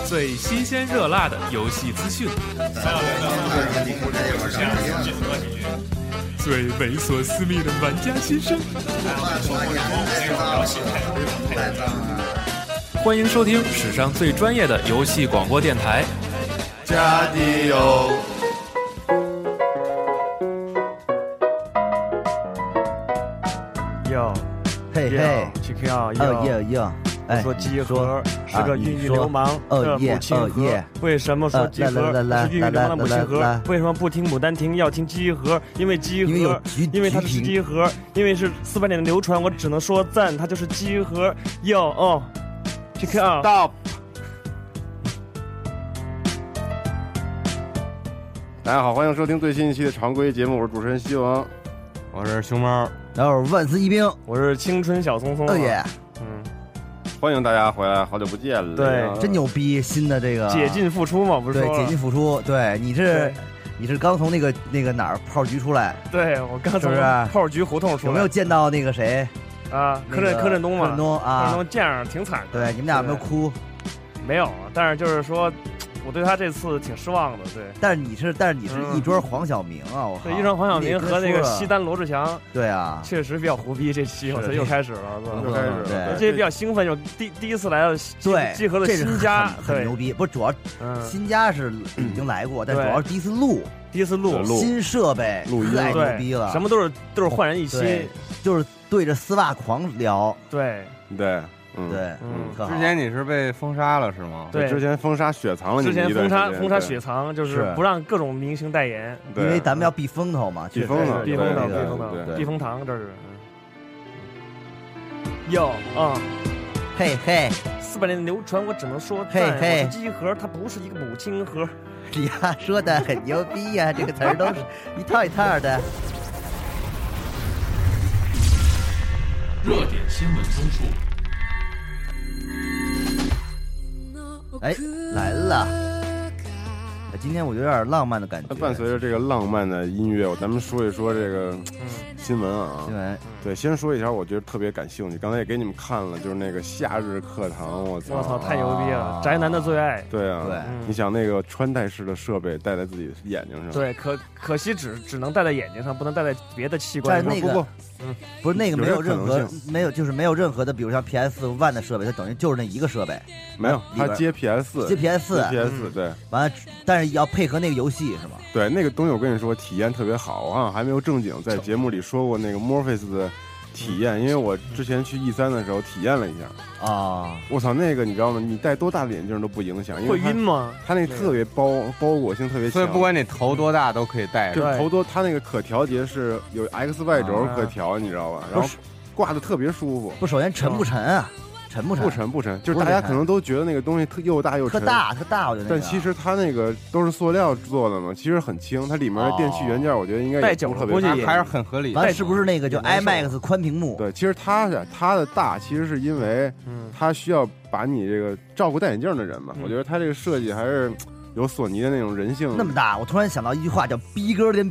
最新鲜热辣的游戏资讯，最猥琐私密的玩家心声。欢迎收听史上最专业的游戏广播电台， 加迪欧。 哟， 嘿嘿 ，GQ 啊， 哟， 我说集合是个孕育流氓的母亲河，为什么说集合是孕育流氓的母亲河？为什么不听牡丹亭要听集合？因为集合，因为它是集合，因为是400年的流传，我只能说赞，它就是集合。哟哦，GQ Stop。大家好，欢迎收听最新一期的常规节目，我是主持人西王， 我是熊猫， 然后万斯一兵， 我是青春小松松。 欢迎大家回来，好久不见了。 对， 真牛逼！新的这个解禁复出嘛，不是说对解禁复出？对，你是刚从那个哪儿炮局出来？ 对，我刚从炮局胡同出来。 有没有见到那个谁啊？柯震东嘛？ 柯震东啊， 柯震东这样挺惨的。 对，你们俩有没有哭？ 没有，但是就是说。我对他这次挺失望的，对。但是你是一桌黄晓明啊！我对，一桌黄晓明和那个西单罗志祥， 对啊， 确实比较胡逼。这期我又开始了， 又开始了。 对， 这也比较兴奋，就第一次来到集合了新家， 很牛逼。不，主要新家是已经来过，但主要是第一次录新设备， 录音太牛逼了， 什么都是焕然一新， 就是对着丝袜狂聊， 对。 之前你是被封杀了是吗？ 对， 之前封杀雪藏了。 之前封杀雪藏，就是不让各种明星代言， 因为咱们要避风头嘛， 避风头， 避风塘这是。哟嘿嘿 ，400年的流传，我只能说， 嘿嘿， 我是集合，它不是一个母亲河。 呀，说的很牛逼呀，这个词儿都是一套一套的。 热点新闻综述。 哎，来了！今天我有点浪漫的感觉。 伴随着这个浪漫的音乐，咱们说一说这个新闻啊。 新闻对，先说一条，我觉得特别感兴趣。刚才也给你们看了，就是那个夏日课堂，我操， 太牛逼了！宅男的最爱。 对啊，对，你想那个穿戴式的设备戴在自己眼睛上， 对，可惜只能戴在眼睛上，不能戴在别的器官上。但那个不是那个没有任何的，比如像 PS1 的设备，它等于就是那一个设备。 没有，它接 PS4，对。 完了，但是要配合那个游戏是吗？ 对，那个东西我跟你说，体验特别好。我好像还没有正经在节目里说过那个 Morpheus 的体验，因为我之前去 E3 的时候体验了一下啊。 我操，那个你知道吗？你戴多大的眼镜都不影响，因为会晕吗？ 它那特别包裹性特别强， 所以不管你头多大都可以戴。 就头多，它那个可调节是有 XY 轴可调，你知道吧？然后挂的特别舒服。 不，首先沉不沉啊？ 不沉，就是大家可能都觉得那个东西又大又沉， 特大，我觉得。 但其实它那个都是塑料做的嘛，其实很轻，它里面的电器元件我觉得应该带脚特别大，还是很合理。 完是不是那个就 IMAX 宽屏幕？ 对，其实它的大其实是因为它需要把你这个照顾戴眼镜的人嘛，我觉得它这个设计还是有索尼的那种人性。 那么大，我突然想到一句话叫 “bigger than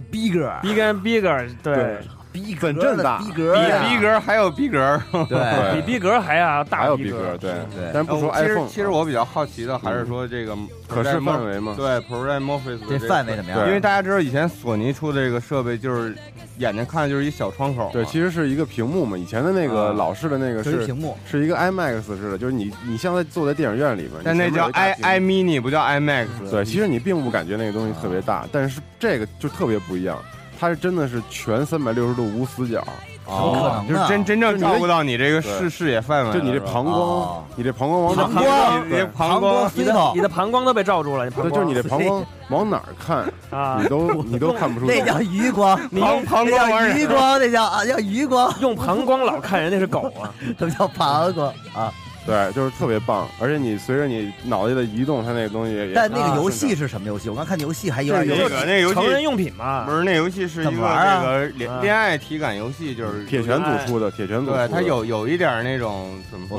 bigger”， 对。 本阵大， 逼格还有逼格， 对， 比逼格还要大， 还有逼格，对。但不说 iPhone， 其实我比较好奇的还是说这个可视范围嘛， 对 ProRes Morpheus 这范围怎么样？ 因为大家知道以前索尼出的这个设备就是眼睛看就是一小窗口， 对，其实是一个屏幕嘛。以前的那个老式的那个是屏幕， 是一个 IMAX 似的，就是你像坐在电影院里面， 但那叫 i mini 不叫 IMAX。 对，其实你并不感觉那个东西特别大，但是这个就特别不一样。它是真的是全360度无死角， 怎么可能？ 就是真正照顾到你这个视野范围， 就你这膀胱，你这膀胱往哪看？ 你的膀胱都被罩住了。 对，就是你这膀胱往哪儿看啊？你都看不出。 那叫余光， 膀胱余光，那叫余光。 用膀胱老看人那是狗啊， 什么叫膀胱啊？ 对，就是特别棒，而且你随着你脑袋的移动，它那个东西也。 但那个游戏是什么游戏？我刚看游戏还有点那个游戏成人用品嘛， 不是那游戏是一个这个恋爱体感游戏，就是铁拳组出的，铁拳组。 对，它有一点那种怎么说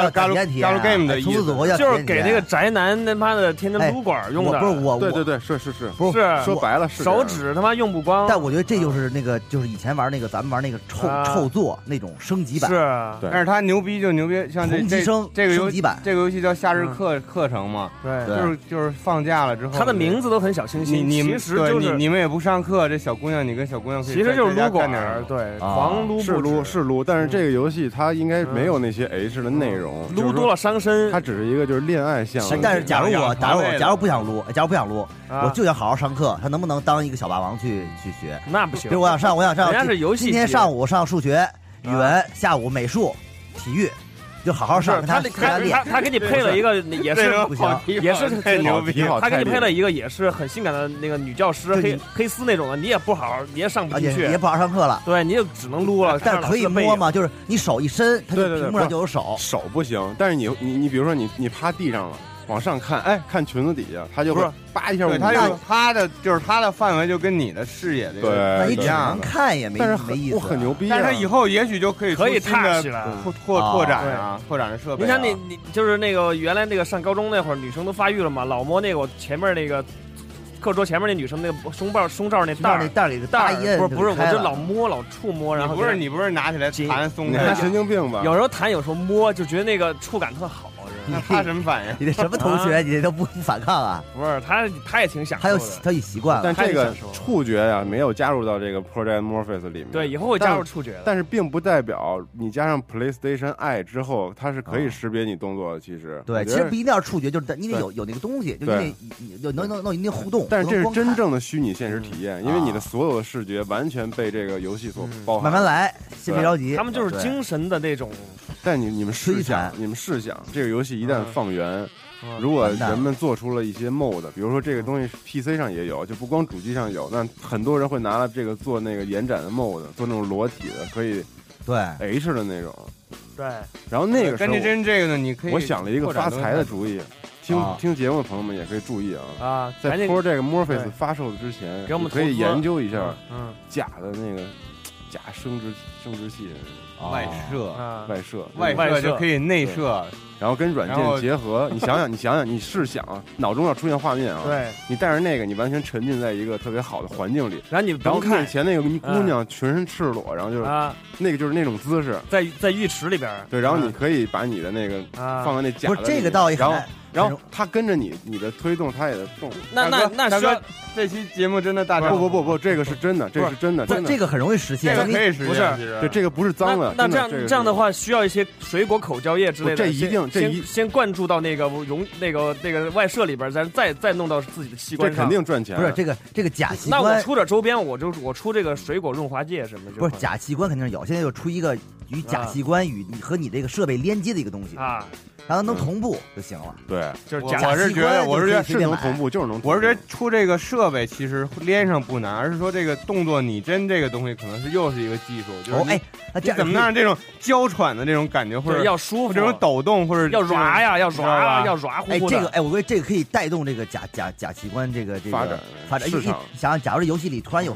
？Galu Game 的意思， 就是给那个宅男他妈的天天撸管用的。 不是我， 对，是， 不是说白了是手指他妈用不光。 但我觉得这就是那个就是以前玩那个咱们玩那个臭作那种升级版。 是， 但是它牛逼就牛逼，像这升这个升级版， 这个游戏叫夏日课程嘛， 对， 就是放假了之后， 它的名字都很小清新。其实就是你们也不上课，这小姑娘你跟小姑娘可以其实就是撸管对， 狂撸是撸，但是这个游戏它应该没有那些 H 的内容， 撸多了伤身。 它只是一个就是恋爱项目。 但是假如不想撸，我就想好好上课，他能不能当一个小霸王去学？ 那不行。 比如我想上， 人家是游戏。 今天上午上数学、语文，下午美术、体育。就好好上，他给你配了一个也是不行， 也是太牛逼了。 他给你配了一个也是很性感的那个女教师，黑丝那种的，你也不好，你也上不进去， 也不好上课了。 对，你就只能撸了。 但是可以摸嘛，就是你手一伸，它屏幕上就有手。 手不行，但是你比如说你趴地上了。往上看，哎，看裙子底下，他就会叭一下， 他的范围就跟你的视野这个一样，看也没意思。 我很牛逼， 但是以后也许就可以踏起来拓展啊，拓展的设备。 你看你就是那个原来那个上高中那会儿，女生都发育了嘛，老摸那个我前面那个。课桌前面那女生那个胸罩那袋里的大印， 不是，我就老摸老触摸，然后你不是拿起来弹松开，神经病吧？ 有时候弹，有时候摸，就觉得那个触感特好。 那他什么反应？ 你这什么同学？你这都不反抗啊？ 不是，他也挺想， 他有习惯了。 但这个触觉呀，没有加入到这个 Project Morpheus 里面。 对，以后会加入触觉的。 但是并不代表你加上 PlayStation Eye 之后，它是可以识别你动作的。其实对，其实不一定要触觉，就是你得有那个东西，就你得能一定互动。 但是这是真正的虚拟现实体验，因为你的所有的视觉完全被这个游戏所包含。 慢慢来，先别着急。 他们就是精神的那种。 但你们试想，这个游戏一旦放源，如果人们做出了一些 mod， 比如说这个东西 PC 上也有，就不光主机上有，那很多人会拿了这个做那个延展的 mod， 做那种裸体的，可以对 H 的那种。 对。 然后那个时候， 根据这个呢，你可以， 我想了一个发财的主意，听节目的朋友们也可以注意啊，在 Project Morpheus 发售之前， 给我们可以研究一下假的那个假生殖器。 外射就可以内射， 然后跟软件结合。你想想，你试想啊，脑中要出现画面啊， 对， 你带着那个，你完全沉浸在一个特别好的环境里， 然后面前那个姑娘全身赤裸，然后就是那个就是那种姿势， 在浴池里边， 对，然后你可以把你的那个放在那假的， 不是这个倒也很。 然后他跟着你的推动，他也在动。 那需要这期节目真的大家不，这个是真的，这是真的， 这个很容易实现， 这个可以实现。 对，这个不是脏的。 那这样的话，需要一些水果口交液之类的。 这一定先灌注到那个那个外射里边，再弄到自己的器官上。 这肯定赚钱。 不是这个假器官。 那我出点周边，我出这个水果润滑液什么的。 不是假器官肯定是有，现在就出一个与假器官与你和你这个设备连接的一个东西啊。 然后能同步就行了。 对， 就是我是觉得是能同步，就是能。 我是觉得出这个设备其实连上不难，而是说这个动作拟真这个东西可能是又是一个技术，就是那怎么能让这种娇喘的这种感觉，或者要舒服， 这种抖动，或者要软呀，要软乎乎的。 我觉得这个可以带动这个假器官这个发展市场。想想，假如这游戏里突然有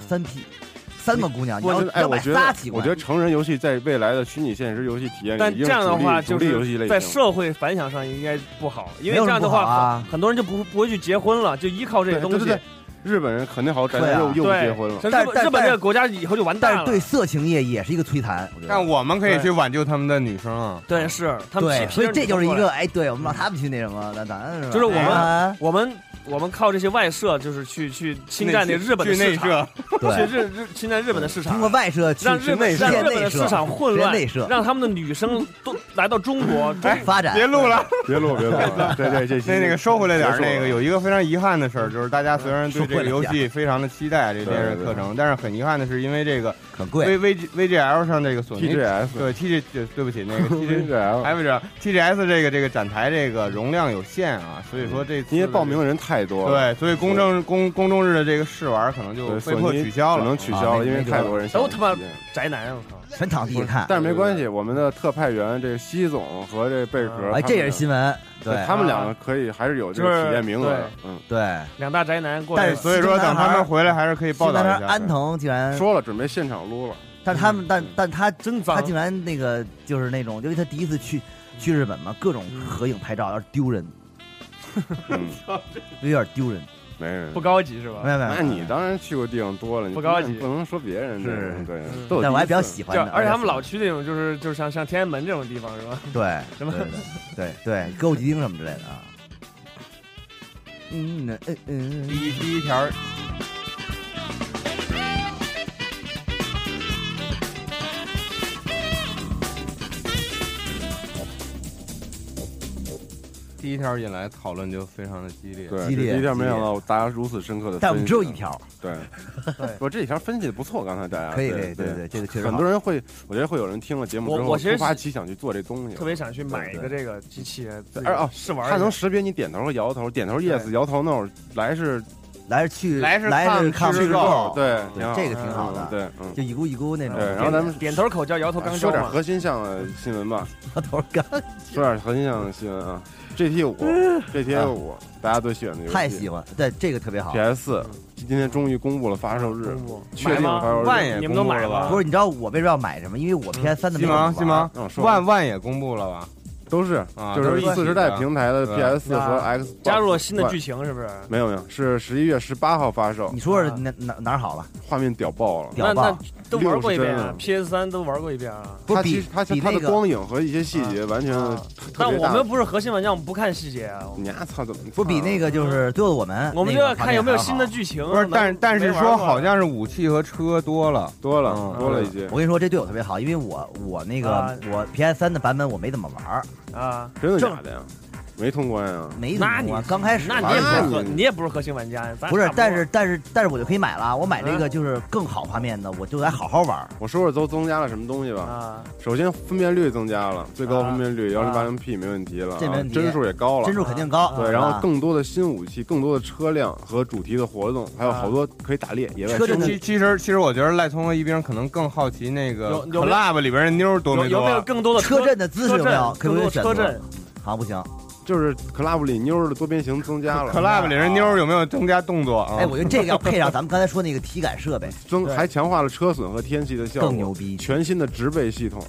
3个姑娘，你要买仨器官。 我觉得成人游戏在未来的虚拟现实游戏体验里， 但这样的话就是在社会反响上应该不好，因为这样的话很多人就不会去结婚了，就依靠这个东西。 对，日本人肯定好，又结婚了。 但日本这个国家以后就完蛋了。 但是对色情业也是一个摧残。 但我们可以去挽救他们的女生啊。 对，是他们。 对，所以这就是一个对，我们让他们去那什么，那当然是。 就是我们靠这些外射，就是去侵占那日本的市场，侵占日本的市场， 通过外射让日本的市场混乱，让他们的女生都来到中国发展。 别录了， 别录。对， 那个收回来点。那个有一个非常遗憾的事儿，就是大家虽然对这个游戏非常的期待这电视课程，但是很遗憾的是，因为这个很贵 VGL 上这个索尼 TGS 对不起那个 TGS 这个展台这个容量有限啊，所以说这次因为报名的人太多了， 对，所以公众日的这个试玩可能就被迫取消了， 只能取消了，因为太多人都他妈宅男，我操， 全场地看。 但是没关系，我们的特派员这个西总和这贝壳， 这也是新闻。 对，他们两个可以还是有这个体验名额。 对， 两大宅男过来。 但是所以说等他们回来还是可以报道一下。 安藤竟然说了准备现场撸了， 但他们但他真脏， 他竟然那个就是那种，因为他第一次去日本嘛，各种合影拍照，有点丢人，有点丢人。 没人不高级是吧？ 没有， 那你当然去过地方多了， 不高级， 不能说别人是， 对， 但我还比较喜欢的， 而且他们老去那种就是像天安门这种地方是吧？ 对， 什么对，歌舞伎町什么之类的啊。 第一条。第一条引来讨论就非常的激烈， 对，第一条没想到大家如此深刻的， 但我们只有一条， 对，不，这一条分析的不错，刚才大家可以，对，这个确实很多人会，我觉得会有人听了节目之后突发奇想去做这东西， 特别想去买一个这个机器，试玩， 它能识别你点头和摇头，点头 yes， 摇头 no， 来是看预告， 对， 这个挺好的， 对， 就一咕一咕那种。 对，然后咱们点头口交，摇头肛交， 说点核心项的新闻吧。 摇头肛， 说点核心项的新闻啊。GTA5，大家最喜欢的游戏， 太喜欢，对，这个特别好。 PS4，今天终于公布了发售日，确定了发售日， 万也你们都买了吧？ 不是，你知道我为什么要买什么？因为我 PS3 的没有玩。万也公布了吧？ 都是就是40代平台的 PS4 和 X 加入了新的剧情，是不是？ 没有，是11月18号发售。 你说是哪好了？ 画面屌爆了， 那都玩过一遍啊 ，PS3 都玩过一遍啊。 它的光影和一些细节完全， 但我们不是核心玩家，我们不看细节啊。 你丫操怎么不比那个就是最后的我们就要看有没有新的剧情。 不是，但是说好像是武器和车多了一些。 我跟你说，这对我特别好，因为我那个我 PS3 的版本我没怎么玩啊， 真的假的呀？没通关呀？ 没通关，刚开始。 那你也不是核心玩家呀？ 不是，但是我就可以买了。我买这个就是更好画面的，我就得好好玩。 我说说都增加了什么东西吧。首先分辨率增加了，最高分辨率1080p 没问题了， 这没问题。 帧数也高了， 帧数肯定高。 对，然后更多的新武器，更多的车辆和主题的活动，还有好多可以打猎。野外其实我觉得赖聪和一冰可能更好奇那个 Club 里边的妞多没多？ 有没有更多的车阵的姿势？有没有？ 更多车阵？ 好，不行。 就是 Club 里妞的多边形增加了 ，Club 里人妞有没有增加动作啊？ 哎，我觉得这个要配上咱们刚才说那个体感设备， 还强化了车损和天气的效果， 更牛逼。 全新的植被系统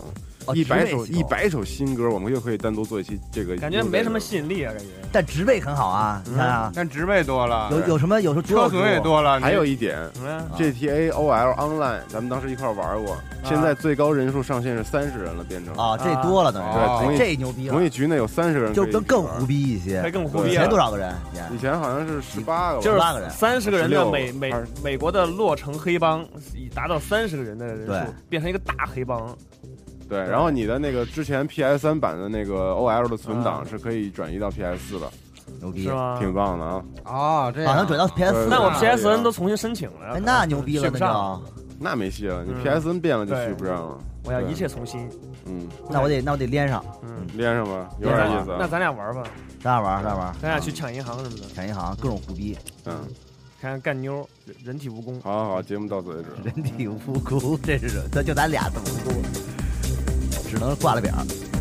，100首新歌，我们又可以单独做一期这个。 感觉没什么吸引力啊，感觉。 但植被很好啊，你看啊， 但植被多了， 有什么？有时候车损也多了。 还有一点，GTA OL Online，咱们当时一块玩过，现在最高人数上限是30人了，变成啊，这多了等于。 对， 这牛逼了。 同一局内有30个人， 就更胡逼一些。 更胡逼。 以前多少个人？ 以前好像是18个， 就是 18个人 ，30个人的美国的洛城黑帮，以达到30个人的人数，变成一个大黑帮。 对，然后你的那个之前 PS3 版的那个 OL 的存档是可以转移到 PS4 的， 牛逼， 是吗？ 挺棒的啊！ 啊，这好像转到 PS4， 那我 PSN 都重新申请了， 哎，那牛逼了， 那没戏了，你 PSN 变了就续不上了。 我要一切从新。 那我得连上， 连上吧，有点意思。 那咱俩玩吧， 咱俩去抢银行什么的， 抢银行各种胡逼， 看干妞，人体蜈蚣。 好，节目到此为止。 人体蜈蚣，这是就咱俩的蜈蚣，只能挂了表。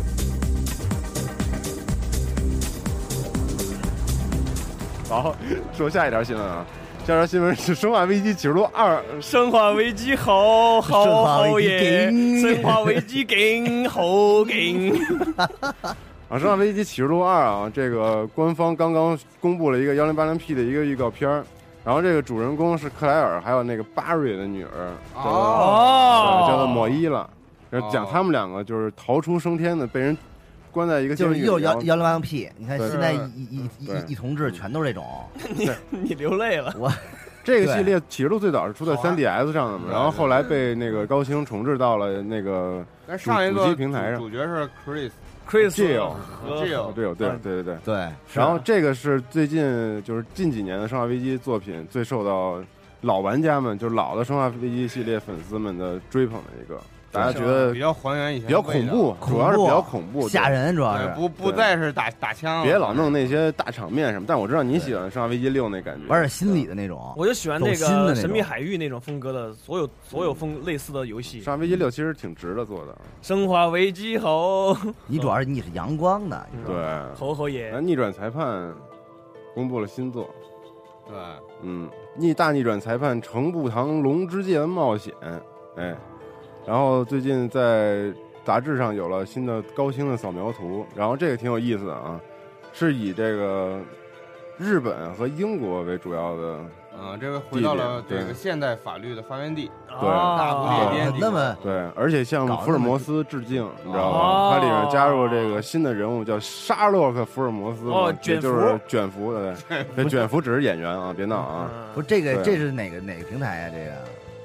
好，说下一条新闻啊。下条新闻是《生化危机启示录2》， 生化危机好耶！生化危机劲，好劲！ 啊，《生化危机启示录2》啊，这个官方刚刚公布了一个1080p 的一个预告片，然后这个主人公是克莱尔，还有那个巴瑞的女儿，叫做抹伊拉，讲他们两个就是逃出升天的，被人关在一个监狱， 就是1080p。你看现在一同志全都是这种， 你流泪了。 我这个系列启示录最早是出在 3DS 上的嘛，然后后来被那个高清重置到了那个主机平台上。 主角是 Jill 和 Jill， 对。然后这个是最近就是近几年的生化危机作品最受到老玩家们，就是老的生化危机系列粉丝们的追捧的一个。大家觉得比较还原以前， 比较恐怖，主要是比较恐怖， 吓人，主要是不再是打枪， 别老弄那些大场面什么。但我知道你喜欢《生化危机6》那感觉， 玩点心理的那种。 我就喜欢那个《神秘海域》那种风格的所有类似的游戏。 《生化危机6》其实挺值得做的。 生化危机好， 你主要是你是阳光的， 对， 好耶。 逆转裁判公布了新作， 对， 大逆转裁判程步堂龙之介的冒险，哎。然后最近在杂志上有了新的高清的扫描图，然后这个挺有意思的啊，是以这个日本和英国为主要的。 这个回到了这个现代法律的发源地， 对， 大不列颠地那么对，而且向福尔摩斯致敬，你知道吗？它里面加入这个新的人物叫沙洛克·福尔摩斯，就是卷福，对，卷福只是演员啊，别闹啊！ 不是这是哪个平台呀？这个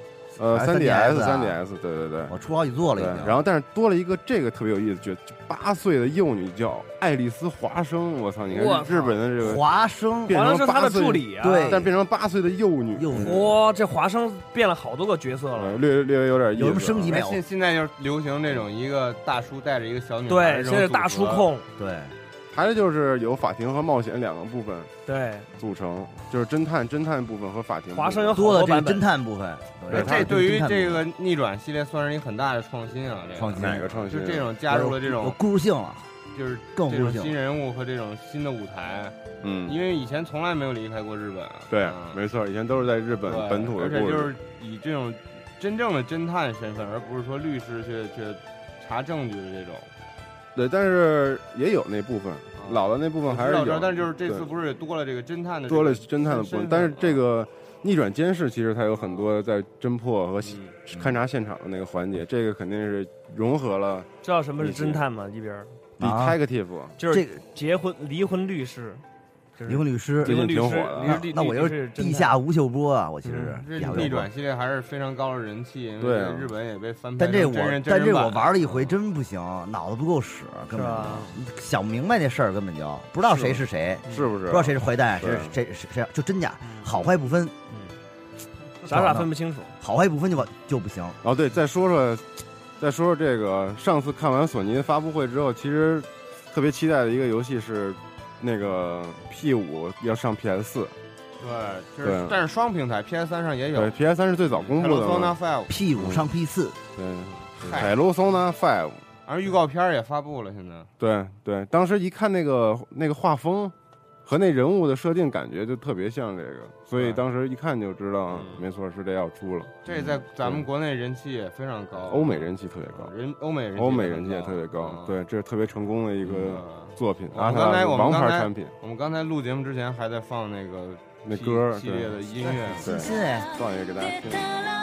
3DS，对， 我出好几座了已经。 然后，但是多了一个这个特别有意思，就8岁的幼女叫爱丽丝·华生，我操！你看日本的这个华生变成他的助理啊， 对， 但变成8岁的幼女。 哇，这华生变了好多个角色了， 略有点意思。 有什么升级没有？ 现在就是流行这种一个大叔带着一个小女孩， 对，现在大叔控， 对。 还是就是有法庭和冒险2个部分， 对， 组成就是侦探部分和法庭部分。 华生有多了这个侦探部分， 这对于这个逆转系列算是一个很大的创新啊！ 创新哪个创新？ 就这种加入了这种故事性了， 就是更这种新人物和这种新的舞台。因为以前从来没有离开过日本。 对，没错，以前都是在日本本土的故事， 而且就是以这种真正的侦探身份，而不是说律师去查证据的这种。 对，但是也有那部分，老的那部分还是有。 但是就是这次不是也多了这个侦探的， 多了侦探的部分。但是这个逆转监视其实它有很多在侦破和勘察现场的那个环节，这个肯定是融合了。 知道什么是侦探吗？一边 detective 就是离婚律师。 离婚律师最近挺火的， 那我就是地下吴秀波啊！我其实是逆转系列还是非常高的人气，因为日本也被翻拍。 但这我玩了一回真不行，脑子不够使，根本想不明白那事儿，根本就不知道谁是谁， 是不是？ 不知道谁是坏蛋，谁就真假好坏不分， 傻分不清楚， 好坏不分就不行。 哦，对，再说说这个，上次看完索尼的发布会之后，其实特别期待的一个游戏是。那个 P5 要上 PS4， 对，就是但是双平台 PS3 上也有， 对 PS3 是最早公布的 ，P5 上 P4， 对，海洛松呢5， 而预告片也发布了，现在， 对，当时一看那个画风和那人物的设定，感觉就特别像这个，所以当时一看就知道，没错，是这要出了。 这在咱们国内人气也非常高， 欧美人气特别高， 欧美人气也特别高，对，这是特别成功的一个作品。 刚才王牌产品， 我们刚才录节目之前还在放那歌系列的音乐， 对，放一个给大家听。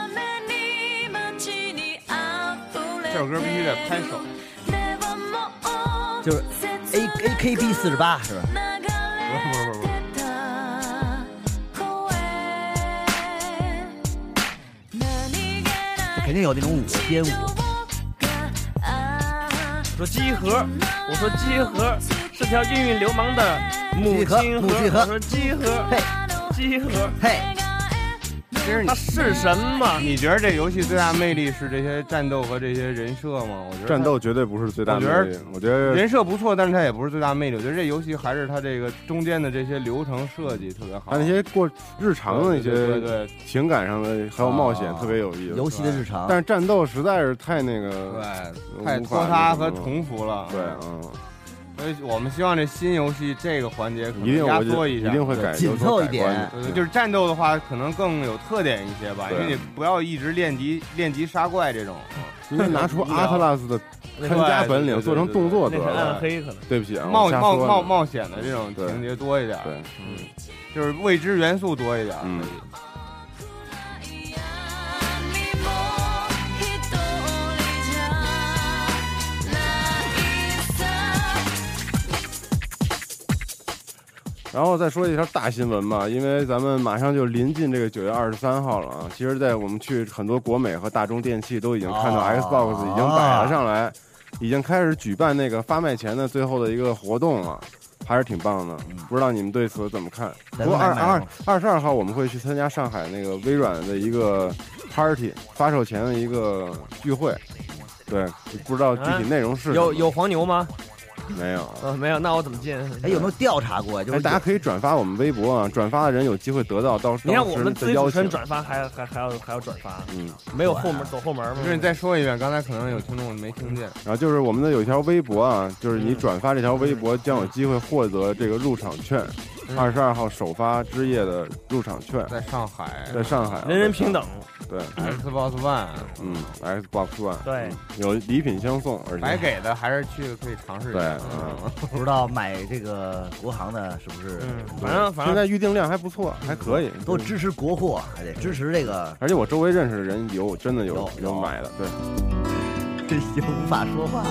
这首歌必须得拍手， 就是 AKB 48是吧？ 不， 这肯定有那种编舞。 说集合，我说集合是条运运流氓的母亲河。我说集合， 嘿， 集合， 嘿。 它是什么？ 你觉得这游戏最大魅力是这些战斗和这些人设吗？我觉得战斗绝对不是最大魅力。我觉得人设不错，但是它也不是最大魅力。我觉得这游戏还是它这个中间的这些流程设计特别好， 它那些过日常的那些对情感上的还有冒险特别有意思。 游戏的日常， 但是战斗实在是太那个， 对，太拖沓和重复了。 对， 所以我们希望这新游戏这个环节可能压缩一下， 一定会紧凑一点。 就是战斗的话，可能更有特点一些吧，因为你不要一直练级杀怪这种。 应该拿出阿特拉斯的看家本领，做成动作得了。 暗黑可能。 对不起啊， 冒险的这种情节多一点。 对， 就是未知元素多一点。 然后再说一条大新闻吧，因为咱们马上就临近这个9月23号了啊。其实，在我们去很多国美和大中电器都已经看到 Xbox 已经摆了上来，已经开始举办那个发卖前的最后的一个活动了，还是挺棒的。不知道你们对此怎么看？不过22号我们会去参加上海那个微软的一个 party 发售前的一个聚会，对，不知道具体内容是什么。 有黄牛吗？ 没有， 没有，那我怎么进？ 有没有调查过？就是大家可以转发我们微博啊，转发的人有机会得到到时你看我们自己主持人转发还要转发，没有后门走后门吗？ 就是你再说一遍，刚才可能有听众没听见。 然后就是我们的有一条微博啊，就是你转发这条微博将有机会获得这个入场券，22号首发之夜的入场券， 在上海， 人人平等。 对 ，Xbox One，Xbox One， 对， 有礼品相送，而且白给的还是去可以尝试一下。 对， 不知道买这个国行的是不是？ 反正现在预定量还不错，还可以， 都支持国货，还得支持这个。 而且我周围认识的人真的有买的，对， 这已经无法说话了。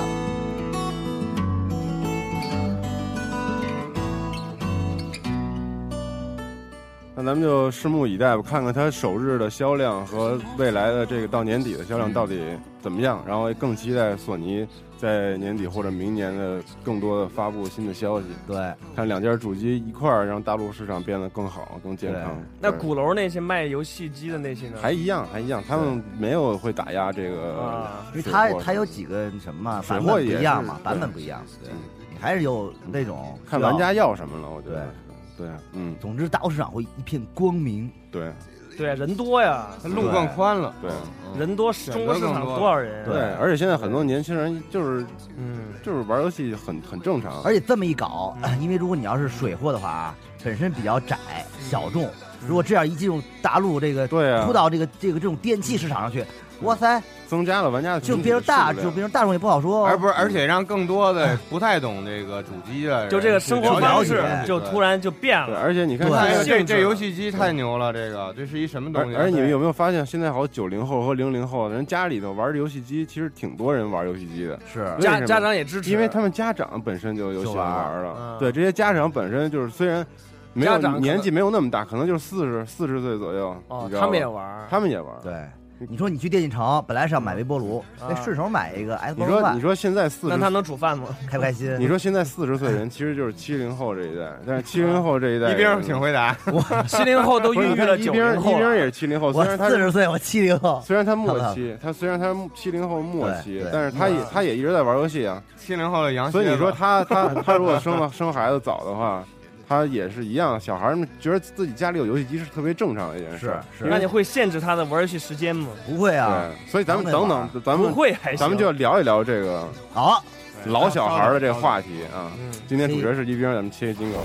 那咱们就拭目以待吧，看看它首日的销量和未来的这个到年底的销量到底怎么样。然后更期待索尼在年底或者明年的更多的发布新的消息。 对， 看两家主机一块儿让大陆市场变得更好、更健康。 那鼓楼那些卖游戏机的那些呢？ 还一样，他们没有会打压这个， 因为它有几个什么版本不一样嘛，版本不一样。对，你还是有那种看玩家要什么了，我觉得。对， 总之大陆市场会一片光明。 对， 人多呀， 路更宽了。 对， 人多，中国市场多少人？ 对，而且现在很多年轻人就是玩游戏很正常。 而且这么一搞，因为如果你要是水货的话，本身比较窄小众，如果这样一进入大陆这个， 对啊， 扑到这种电器市场上去，哇塞！ 增加了玩家的就变成大众也不好说， 而且让更多的不太懂这个主机的， 就这个生活方式就突然就变了。 而且你看， 这游戏机太牛了，这是一什么东西？ 而且你们有没有发现，现在好90后和00后人家里头玩游戏机，其实挺多人玩游戏机的， 是家长也支持， 因为他们家长本身就有喜欢玩了。对，这些家长本身就是虽然没有年纪没有那么大，可能就是40岁左右， 他们也玩， 对。 你说你去电竞城，本来是要买微波炉，那顺手买一个 Xbox。 你说现在40， 那他能煮饭吗？ 开不开心？ 你说现在40岁人其实就是70后这一代，但是70后这一代， 一冰请回答。 我70后都孕育了90后， 一冰也是70后，虽然他 40岁，我70后。 虽然他末期，虽然他70后末期，但是他也一直在玩游戏啊。 70后的杨， 所以你说他如果生孩子早的话。他也是一样，小孩们觉得自己家里有游戏机是特别正常的一件事。 是， 那你会限制他的玩游戏时间吗？ 不会啊。 对，所以咱们等，咱们不会还行， 咱们就要聊一聊这个好老小孩的这个话题啊。今天主角是一冰，咱们切金狗。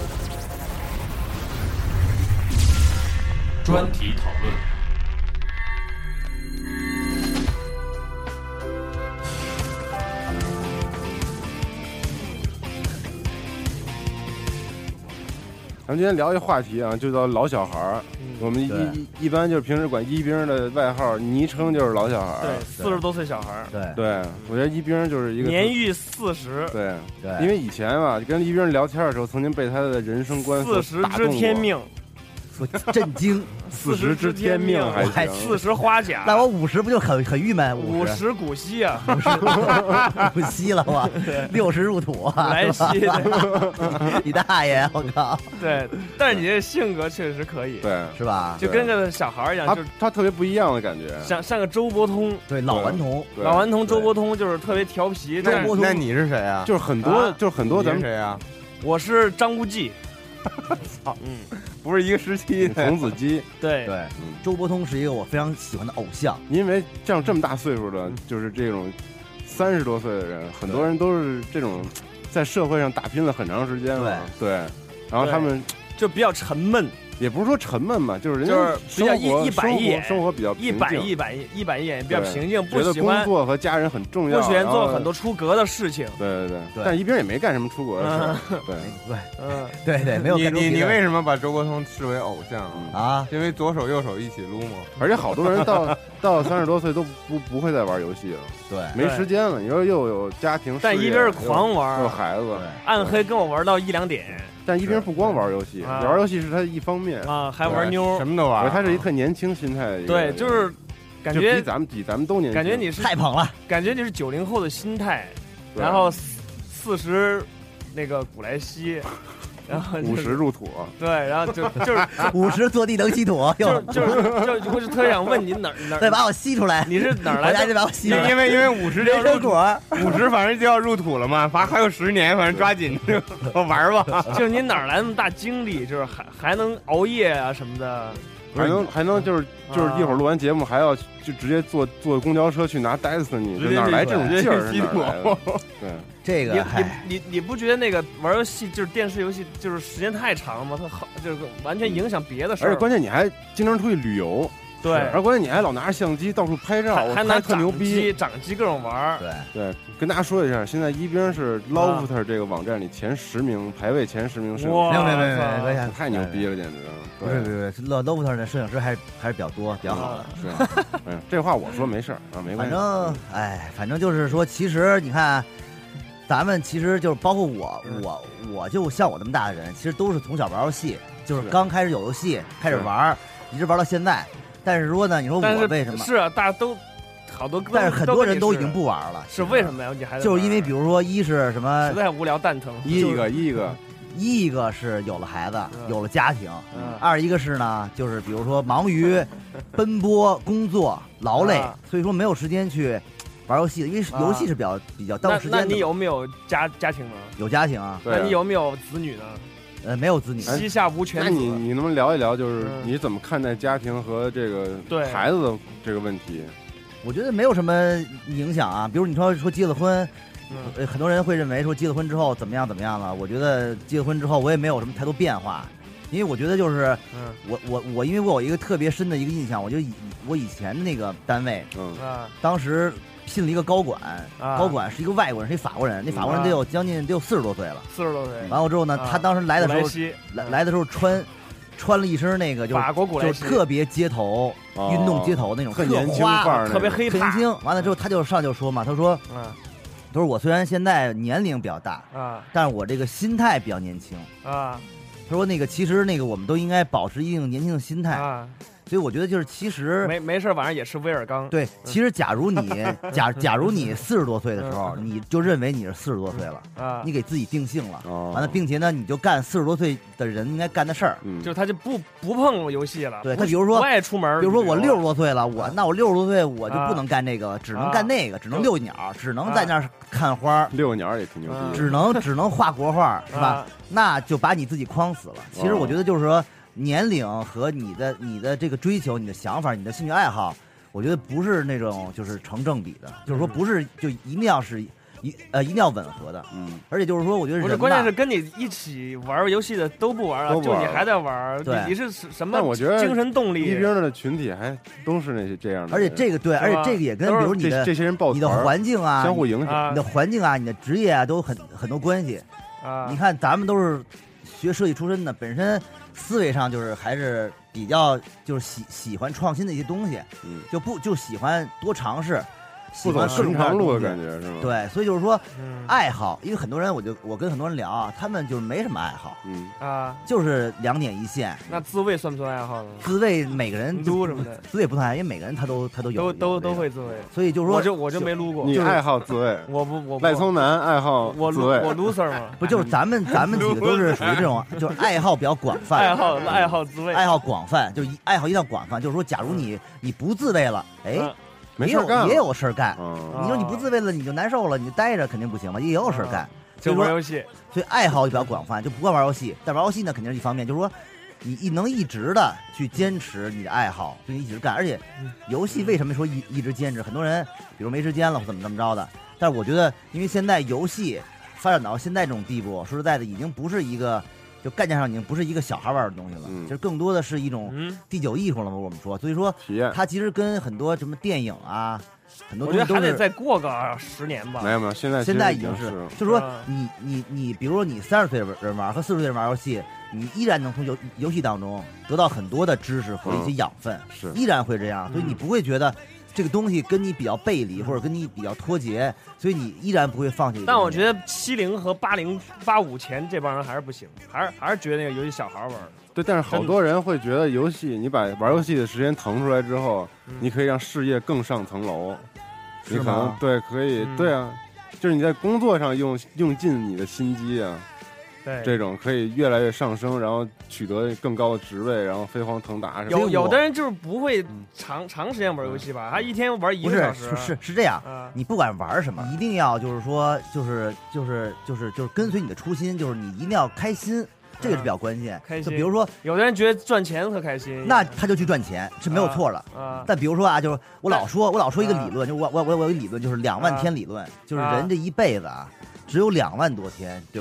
专题讨论。 咱们今天聊一话题啊，就叫老小孩儿。我们一般就是平时管一冰的外号昵称就是老小孩儿， 对，40多岁小孩儿。 对，我觉得一冰就是一个年逾40。 对，因为以前吧，跟一冰聊天的时候，曾经被他的人生观 40之天命。 震惊 ，40之天命还 40花甲， 那我50不就很郁闷 ？50古稀啊 ，50古稀了我，60入土啊， 来稀的， 你大爷！我靠！ 对，但是你这性格确实可以， 对， 是吧？ 就跟个小孩一样， 他特别不一样的感觉， 像个周伯通， 对，老顽童周伯通就是特别调皮。 那你是谁啊？ 就是很多咱们谁啊？ 我是张无忌。 操，不是一个时期的童子鸡。 对， 周伯通是一个我非常喜欢的偶像， 因为像这么大岁数的，就是这种30多岁的人，很多人都是这种在社会上打拼了很长时间了，对，然后他们就比较沉闷。 也不是说沉闷嘛，就是人家比较一板一眼， 生活比较平静， 一板一眼，比较平静，不喜欢工作和家人很重要， 不喜欢做很多出格的事情。 对，但一边也没干什么出格的事。 对，没有。 你为什么把周伯通视为偶像啊？ 因为左手右手一起撸嘛。 而且好多人到30多岁都不会再玩游戏了， 对， 没时间了。你说又有家庭， 但一边是狂玩， 又有孩子， 暗黑跟我玩到1-2点。 但一边不光玩游戏，玩游戏是他一方面啊，还玩妞， 什么都玩。 他是一特年轻心态的一个， 对，就是感觉比咱们都年轻， 感觉你是太捧了， 感觉你是90后的心态，然后40那个古莱西，然后 50入土， 对，然后就是 50坐地能吸土， 就是特想问你哪儿再把我吸出来， 你是哪儿来的？ 再把我吸出来， 因为50就要入土，50反正就要入土了嘛，反正还有10年，反正抓紧就玩吧。 就是你哪儿来那么大精力，就是还能熬夜啊什么的， 还能就是一会儿录完节目还要就直接坐公交车去拿Destiny，哪来这种劲儿？对。 这个你不觉得那个玩游戏就是电视游戏就是时间太长吗？它好就是完全影响别的事儿， 而且关键你还经常出去旅游， 对， 而关键你还老拿着相机到处拍照， 还拿特牛逼， 掌机各种玩。 对，跟大家说一下，现在一冰是 Lofter 这个网站里前10名，排位前10名摄影师， 没太牛逼了，简直。 不是 Lofter 的摄影师还是比较多，比较好的。 是，这话我说没事啊，没关系。 反正就是说，其实你看。咱们其实就是包括我就像我这么大的人，其实都是从小玩游戏，就是刚开始有游戏开始玩，一直玩到现在。但是说呢，你说我为什么？ 是啊，大家都好多， 但是很多人都已经不玩了。 是为什么呀？你还就是因为比如说，一是什么？ 实在无聊蛋疼。 一个是有了孩子，有了家庭；二一个是呢，就是比如说忙于奔波工作劳累，所以说没有时间去。玩游戏，因为游戏是比较耽误时间的。 那你有没有家庭呢？ 有家庭啊。 那你有没有子女呢？ 没有子女。 膝下无犬子。 那你能不能聊一聊，就是你怎么看待家庭和这个孩子的这个问题？ 我觉得没有什么影响啊。比如你说结了婚，很多人会认为说结了婚之后怎么样了。我觉得结了婚之后我也没有什么太多变化，因为我觉得就是我因为我有一个特别深的一个印象，我以前的那个单位，当时。聘了一个高管，高管是一个外国人，是一法国人。那法国人得有40多岁了。 40多岁。 完了之后呢，他当时来的时候，来的时候穿了一身那个就是法国古莱西， 特别街头运动街头那种特年轻范儿， 特别黑怕。 年轻。完了之后他就说嘛，他说我虽然现在年龄比较大但是我这个心态比较年轻他说其实我们都应该保持一定年轻的心态所以我觉得就是其实没事晚上也吃威尔刚。 对，其实假如你40多岁的时候，你就认为你是40多岁了你给自己定性了完了，并且呢，你就干40多岁的人应该干的事儿， 就是他就不碰游戏了。 对他，比如说不爱出门， 比如说我60多岁了，那我60多岁我就不能干这个，只能干那个，只能遛鸟，只能在那儿看花， 遛鸟也挺牛逼， 只能画国画，是吧？那就把你自己框死了。其实我觉得就是说。年龄和你的这个追求、你的想法、你的兴趣爱好，我觉得不是那种就是成正比的，就是说不是就一定要是一定要吻合的，而且就是说，我觉得不是，关键是跟你一起玩游戏的都不玩了，就你还在玩，你是什么？ 我觉得精神动力。 一边的群体还都是那些这样的， 而且这个对，而且这个也跟比如你的这些人抱你的环境啊， 相互影响， 你的环境啊，你的职业啊，都很多关系你看咱们都是学设计出身的，本身。思维上就是还是比较就是喜欢创新的一些东西，就喜欢多尝试，喜欢各种长路的感觉是吗？ 对，所以就是说，爱好，因为很多人我跟很多人聊啊，他们就是没什么爱好，就是2点一线。 那自慰算不算爱好呢？ 自慰每个人撸什么的， 自慰不算，因为每个人他都有都会自慰， 所以就是说我就没撸过。 你爱好自慰？ 我赖聪男爱好自慰， 我 loser 嘛？ 不就是咱们几个都是属于这种，就是爱好比较广泛， 爱好自慰， 爱好广泛，就爱好一定要广泛，就是说，假如你不自慰了， 没事干， 也有事儿干。你说你不自慰了，你就难受了，你就待着肯定不行吧？也有事儿干， 就玩游戏。 所以爱好就比较广泛，就不光玩游戏。但玩游戏呢，肯定是一方面，就是说你能一直的去坚持你的爱好，就一直干。而且游戏为什么说一直坚持？很多人比如没时间了或怎么着的。但是我觉得，因为现在游戏发展到现在这种地步，说实在的，已经不是一个。就概念上已经不是一个小孩玩的东西了，就是更多的是一种第9艺术了嘛。我们说，所以说它其实跟很多什么电影啊，很多东西都是。 我觉得还得再过个10年吧。 没有，现在已经是，就是说你比如说你30岁的人玩和40岁的人玩游戏，你依然能从游戏当中得到很多的知识和一些养分，依然会这样，所以你不会觉得。这个东西跟你比较背离，或者跟你比较脱节，所以你依然不会放弃。 但我觉得70和80、85前这帮人还是不行，还是觉得那个游戏小孩玩。 对，但是好多人会觉得游戏，你把玩游戏的时间腾出来之后，你可以让事业更上层楼。你可能对可以，对啊，就是你在工作上用尽你的心机啊。 对， 这种可以越来越上升，然后取得更高的职位，然后飞黄腾达。 有的人就是不会长时间玩游戏吧，他一天玩1个小时。 是这样，你不管玩什么，一定要就是说，就是跟随你的初心，就是你一定要开心，这个是比较关键。 开心。 就比如说， 有的人觉得赚钱特开心， 那他就去赚钱是没有错的。但比如说啊，就是我老说一个理论，就我有一个理论，就是2万天理论，就是人这一辈子啊，只有2万多天，对吧？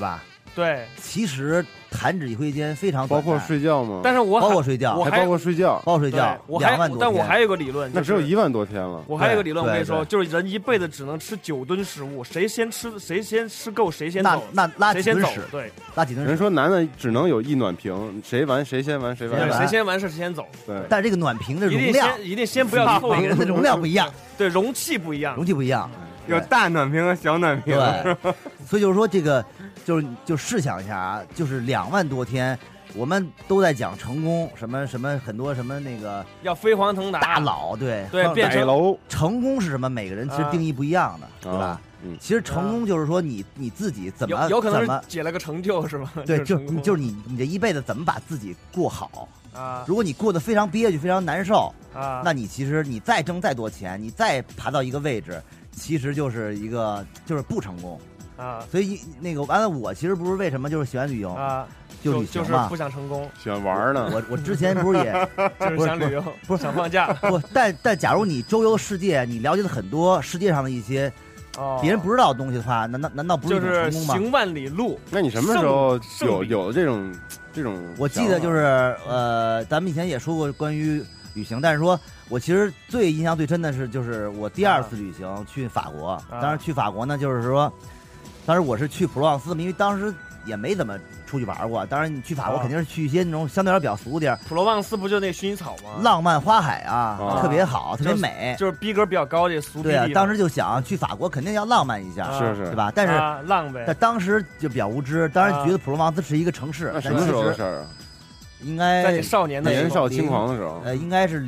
对， 其实弹指一挥间非常包括睡觉吗？ 但是包括睡觉， 还包括睡觉， 包括睡觉，2万多天。 但我还有个理论， 那只有1万多天了。 我还有个理论，我跟你说，就是人一辈子只能吃9吨食物，谁先吃够，谁先走。 那拉谁先走？对， 拉几吨屎。 人说男的只能有1暖瓶，谁先完谁先完事谁先走。 对， 但这个暖瓶的容量一定先不要每个人的容量不一样， 对，容器不一样， 有大暖瓶和小暖瓶。 对，所以就是说这个就试想一下啊，就是2万多天。我们都在讲成功，什么很多什么那个要飞黄腾达， 大佬对变成楼。 成功是什么？每个人其实定义不一样的，对吧？其实成功就是说你自己怎么有可能是解了个成就是吧？ 对，就是你这一辈子怎么把自己过好啊？ 如果你过得非常憋屈、非常难受啊，那你其实你再挣再多钱，你再爬到一个位置，其实就是不成功啊。 所以那个完了，我其实不是为什么就是喜欢旅游啊。 就是不想成功， 喜欢玩呢。 我之前不是也就是想旅游， 不是想放假。 不，但假如你周游世界，你了解了很多世界上的一些别人不知道的东西的话，难道不是一种成功吗？ 行万里路。 那你什么时候有这种？ 我记得就是咱们以前也说过关于旅行，但是说我其实最印象最深的是，就是我第2次旅行去法国。当时去法国呢，就是说，当时我是去普罗旺斯，因为当时也没怎么出去玩过。当然，你去法国肯定是去一些那种相对来说比较俗点。 普罗旺斯不就那薰衣草吗？ 浪漫花海啊，特别好，特别美， 就是逼格比较高的俗。 对啊，当时就想去法国，肯定要浪漫一下， 是， 对吧？但是浪呗。 但当时就比较无知，当然觉得普罗旺斯是一个城市。 那什么时候的事儿啊？ 应该在你少年的年少轻狂的时候。 应该是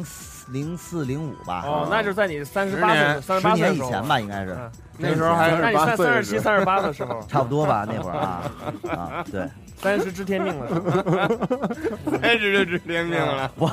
04、05吧。 那就是在你38岁 10年以前吧，应该是。 那时候还那你37、38的时候， 差不多吧，那会儿啊，对 ，30知天命了 ，30就知天命了。 我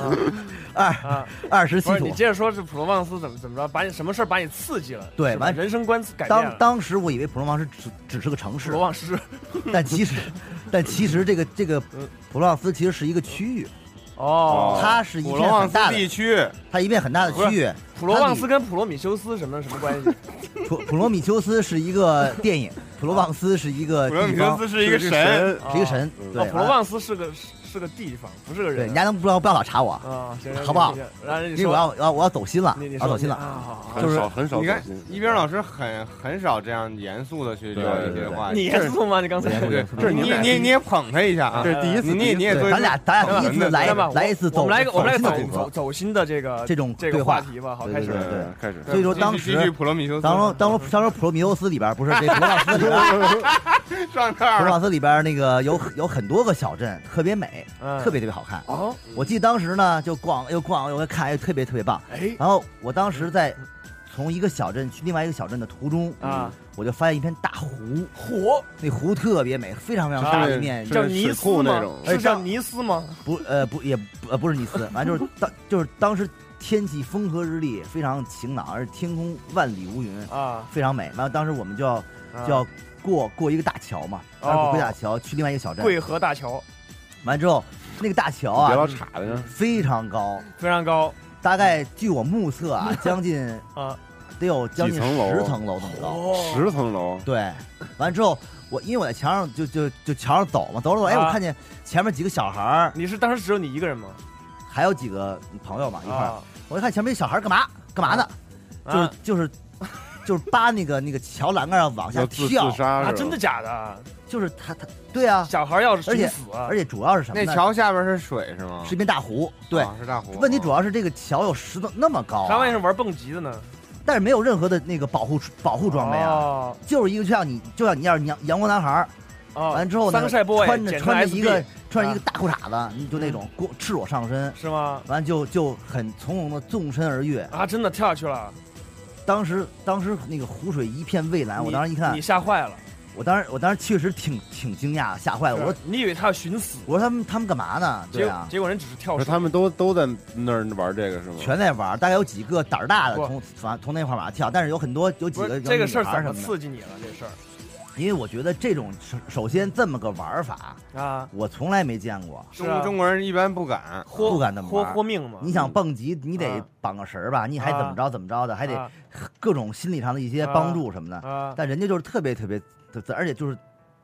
20系你接着说，是普罗旺斯怎么着，把你什么事把你刺激了？ 对，完人生观改变了。 当时我以为普罗旺斯只是个城市， 普罗旺斯， 但其实这个普罗旺斯其实是一个区域。它是一片很大的地区， 它一片很大的区域。 普罗旺斯跟普罗米修斯什么关系？ 普罗米修斯是一个电影，普罗旺斯是一个地方， 普罗米修斯是一个神， 是一个神。对， 普罗旺斯是个地方，不是个人。 对，人家不要老查我好不好？因为我要走心了，要走心了。 就是很少。 你看，一冰老师很少这样严肃的去聊这些话题。 你严肃吗？你刚才这你也捧他一下啊！ 这是第一次， 你也咱俩第一次来一次我们来个走心的这个话题吧。好，开始。 所以说当时普罗米修斯， 当时普罗米修斯里边不是这普罗旺斯里边上这儿， 普罗旺斯里边那个有很多个小镇，特别美，特别好看。我记得当时呢就逛又看，特别棒。然后我当时在从一个小镇去另外一个小镇的途中我就发现一片大湖，那湖特别美，非常大的一面， 叫尼斯那种， 是叫尼斯吗？ 不是尼斯，反正就是当时天气风和日丽，非常晴朗，而天空万里无云非常美。完了，当时我们就要过一个大桥嘛，过大桥去另外一个小镇， 贵河大桥。 完之后，那个大桥别老岔的非常高， 大概据我目测将近得有将近10层楼这么高 ，10层楼。 对，完之后因为我在墙上就桥上走嘛，走，我看见前面几个小孩。 你是当时只有你一个人吗？ 还有几个朋友嘛一块儿。我一看前面小孩干嘛呢？就是扒那个桥栏杆上往下跳真的假的？ 就是他对啊， 小孩要是死而且主要是什么？ 那桥下边是水是吗？ 是一片大湖，对， 是大湖。 问题主要是这个桥有石头那么高， 他为什么玩蹦极的呢？ 但是没有任何的那个保护装备啊，就是一个就像你要是阳光男孩，完之后呢，穿着一个大裤衩子，你就那种赤裸上身是吗？ 完就很从容的纵身而跃真的跳下去了。 当时那个湖水一片蔚蓝，我当时一看， 你吓坏了。 我当时确实挺惊讶，吓坏了。我说你以为他要寻死？ 我说他们干嘛呢？对啊， 结果人只是跳水。 他们都在那儿玩这个是吗？ 全在玩，大概有几个胆儿大的从那块往下跳，但是有几个这个事儿怎么刺激你了？这事儿， 因为我觉得这种首先这么个玩法我从来没见过。 中国人一般不敢这么玩， 豁命嘛。 你想蹦极，你得绑个绳吧，你还怎么着的，还得各种心理上的一些帮助什么的。但人家就是特别，而且就是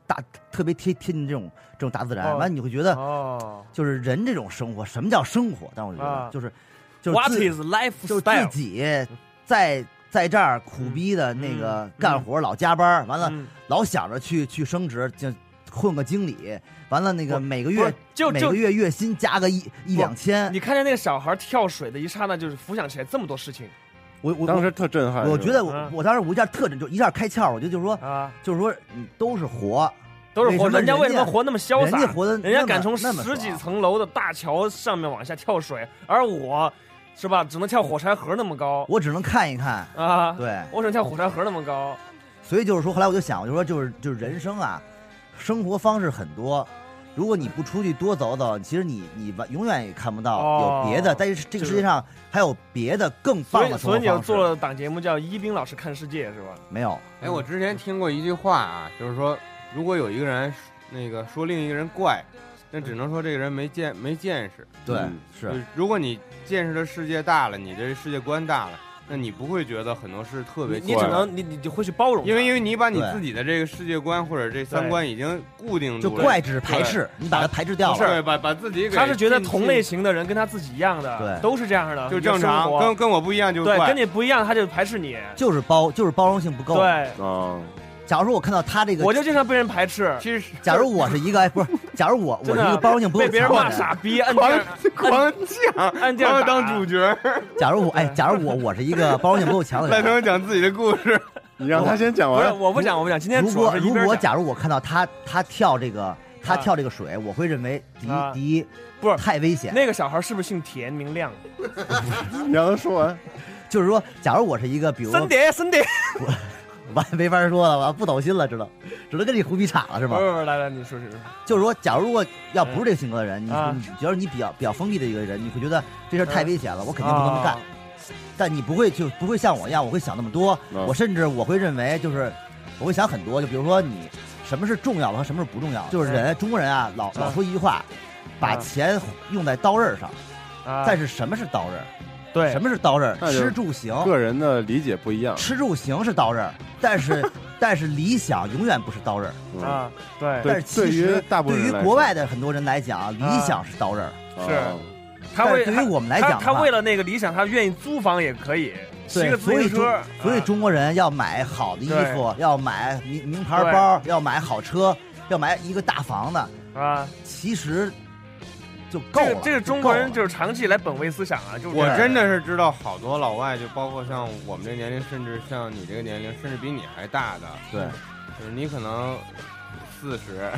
特别贴近这种大自然，完你会觉得就是人这种生活，什么叫生活？但我觉得就是 What is life？ 就是自己在这儿苦逼的那个干活，老加班，完了老想着去升职，就混个经理，完了那个每个月月薪加个1、2千。 你看见那个小孩跳水的一刹那，就是浮想起来这么多事情。 我当时特震撼。 我觉得我当时一下特震，就一下开窍。我觉得就是说你都是活。 人家为什么活那么潇洒？ 人家敢从10几层楼的大桥上面往下跳水，而我，是吧？只能跳火柴盒那么高。 我只能看一看啊， 对， 我只能跳火柴盒那么高。 所以就是说，后来我就想，我就说就是人生啊，生活方式很多。如果你不出去多走走，其实你永远也看不到有别的，在这个世界上还有别的更棒的生活方式。 所以你做了档节目叫一冰老师看世界是吧？ 没有。 哎，我之前听过一句话啊，就是说，如果有一个人那个说另一个人怪，那只能说这个人没见识。 对，是。 如果你见识的世界大了，你这世界观大了。那你不会觉得很多事特别怪， 你只能你就会去包容， 因为你把你自己的这个世界观或者这三观已经固定住了， 就怪只是排斥，你把它排斥掉了， 对，把自己给他是觉得同类型的人跟他自己一样的， 对， 都是这样的， 就正常，跟我不一样就怪， 对，跟你不一样他就排斥你， 就是包容性不够， 对， 假如说我看到他这个， 我就经常被人排斥。 其实， 假如我是一个，不是，假如我是一个包容性不够强的人， 被别人骂傻逼， 狂讲， 按电当主角。 假如我是一个包容性不够强的人， 赖腾讲自己的故事， 你让他先讲完。 我不讲。今天如果假如我看到他跳这个水，我会认为第一不是太危险。 那个小孩是不是姓田名亮？ 你让他说完。 就是说，假如我是一个，比如森碟。 我没法说了，我不走心了，只能跟你胡逼岔了，是吧？ 不是，来，你说。 就是说，假如要不是这个性格的人，你觉得你比较封闭的一个人，你会觉得这事太危险了，我肯定不这么干。但你不会像我一样，我会想那么多，我甚至我会认为，就是我会想很多，就比如说你什么是重要的和什么是不重要的，就是中国人啊，老说一句话，把钱用在刀刃上，但是什么是刀刃？ 对， 什么是刀刃？吃住行， 个人的理解不一样。 吃住行是刀刃，但是理想永远不是刀刃啊。对， 但是其实对于国外的很多人来讲，理想是刀刃。 是，对于我们来讲， 他为了那个理想，他愿意租房也可以，骑个自行车。 所以中国人要买好的衣服，要买名牌包，要买好车，要买一个大房子啊。其实。就够了。 这个中国人就是长期以来本位思想啊，就是我真的是知道好多老外，就包括像我们这年龄，甚至像你这个年龄，甚至比你还大的， 对， 就是你可能40，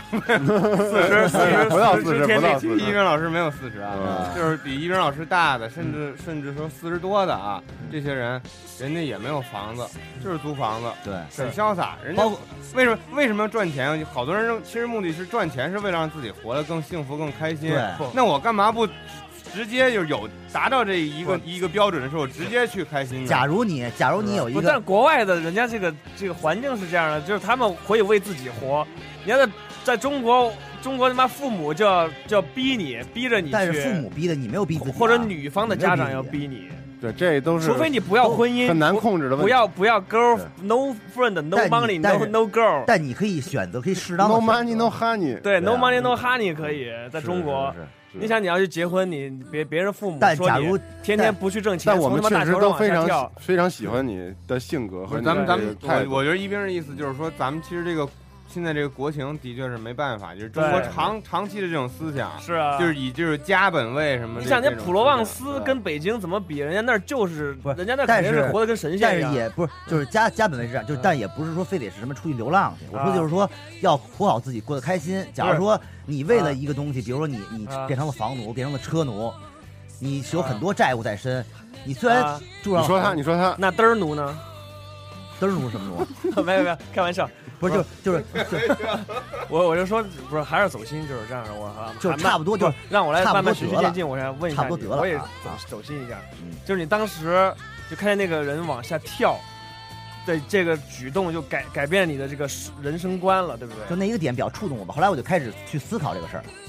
不到40， 一冰老师没有40啊，就是比一冰老师大的，甚至说40多的啊，这些人家也没有房子，就是租房子， 对， 很潇洒。人家为什么要赚钱？好多人其实目的是赚钱，是为了让自己活得更幸福、更开心。那我干嘛不直接就达到这一个标准的时候，直接去开心呢？ 假如你有一个， 但国外的人家这个环境是这样的，就是他们可以为自己活。你要在中国他妈父母就要逼着你去， 但是父母逼的你没有逼自己， 或者女方的家长要逼你。 对，这都是， 除非你不要婚姻， 很难控制的问题。 不要 girl no friend no money no girl， 但你可以选择，可以适当的 no money no honey， 对 no money no honey 可以在中国。你想你要去结婚，你别人父母说你天天不去挣钱， 但我们确实都非常喜欢你的性格和咱们我觉得一冰的意思就是说，咱们其实这个。现在这个国情的确是没办法，就是中国长期的这种思想是啊， 就是家本位什么的。 你想，人家普罗旺斯跟北京怎么比？人家那儿就是不是，人家那肯定是活得跟神仙一样。 但是也不是，就是家本位是这样，就是但也不是说非得是什么出去流浪去。我说就是说要活好自己，过得开心。假如说你为了一个东西，比如说你变成了房奴，变成了车奴，你有很多债务在身。你虽然住上， 你说他那嘚儿奴呢？ 嘚儿奴什么奴？没有，开玩笑。 不是就是我就说不是，还是走心就是这样的。我就差不多，就让我来慢慢循序渐进。我想问一下， 差不多得了， 我也走心一下。就是你当时就看见那个人往下跳的这个举动，就改变你的这个人生观了，对不对？ 就那一个点比较触动我吧。后来我就开始去思考这个事儿。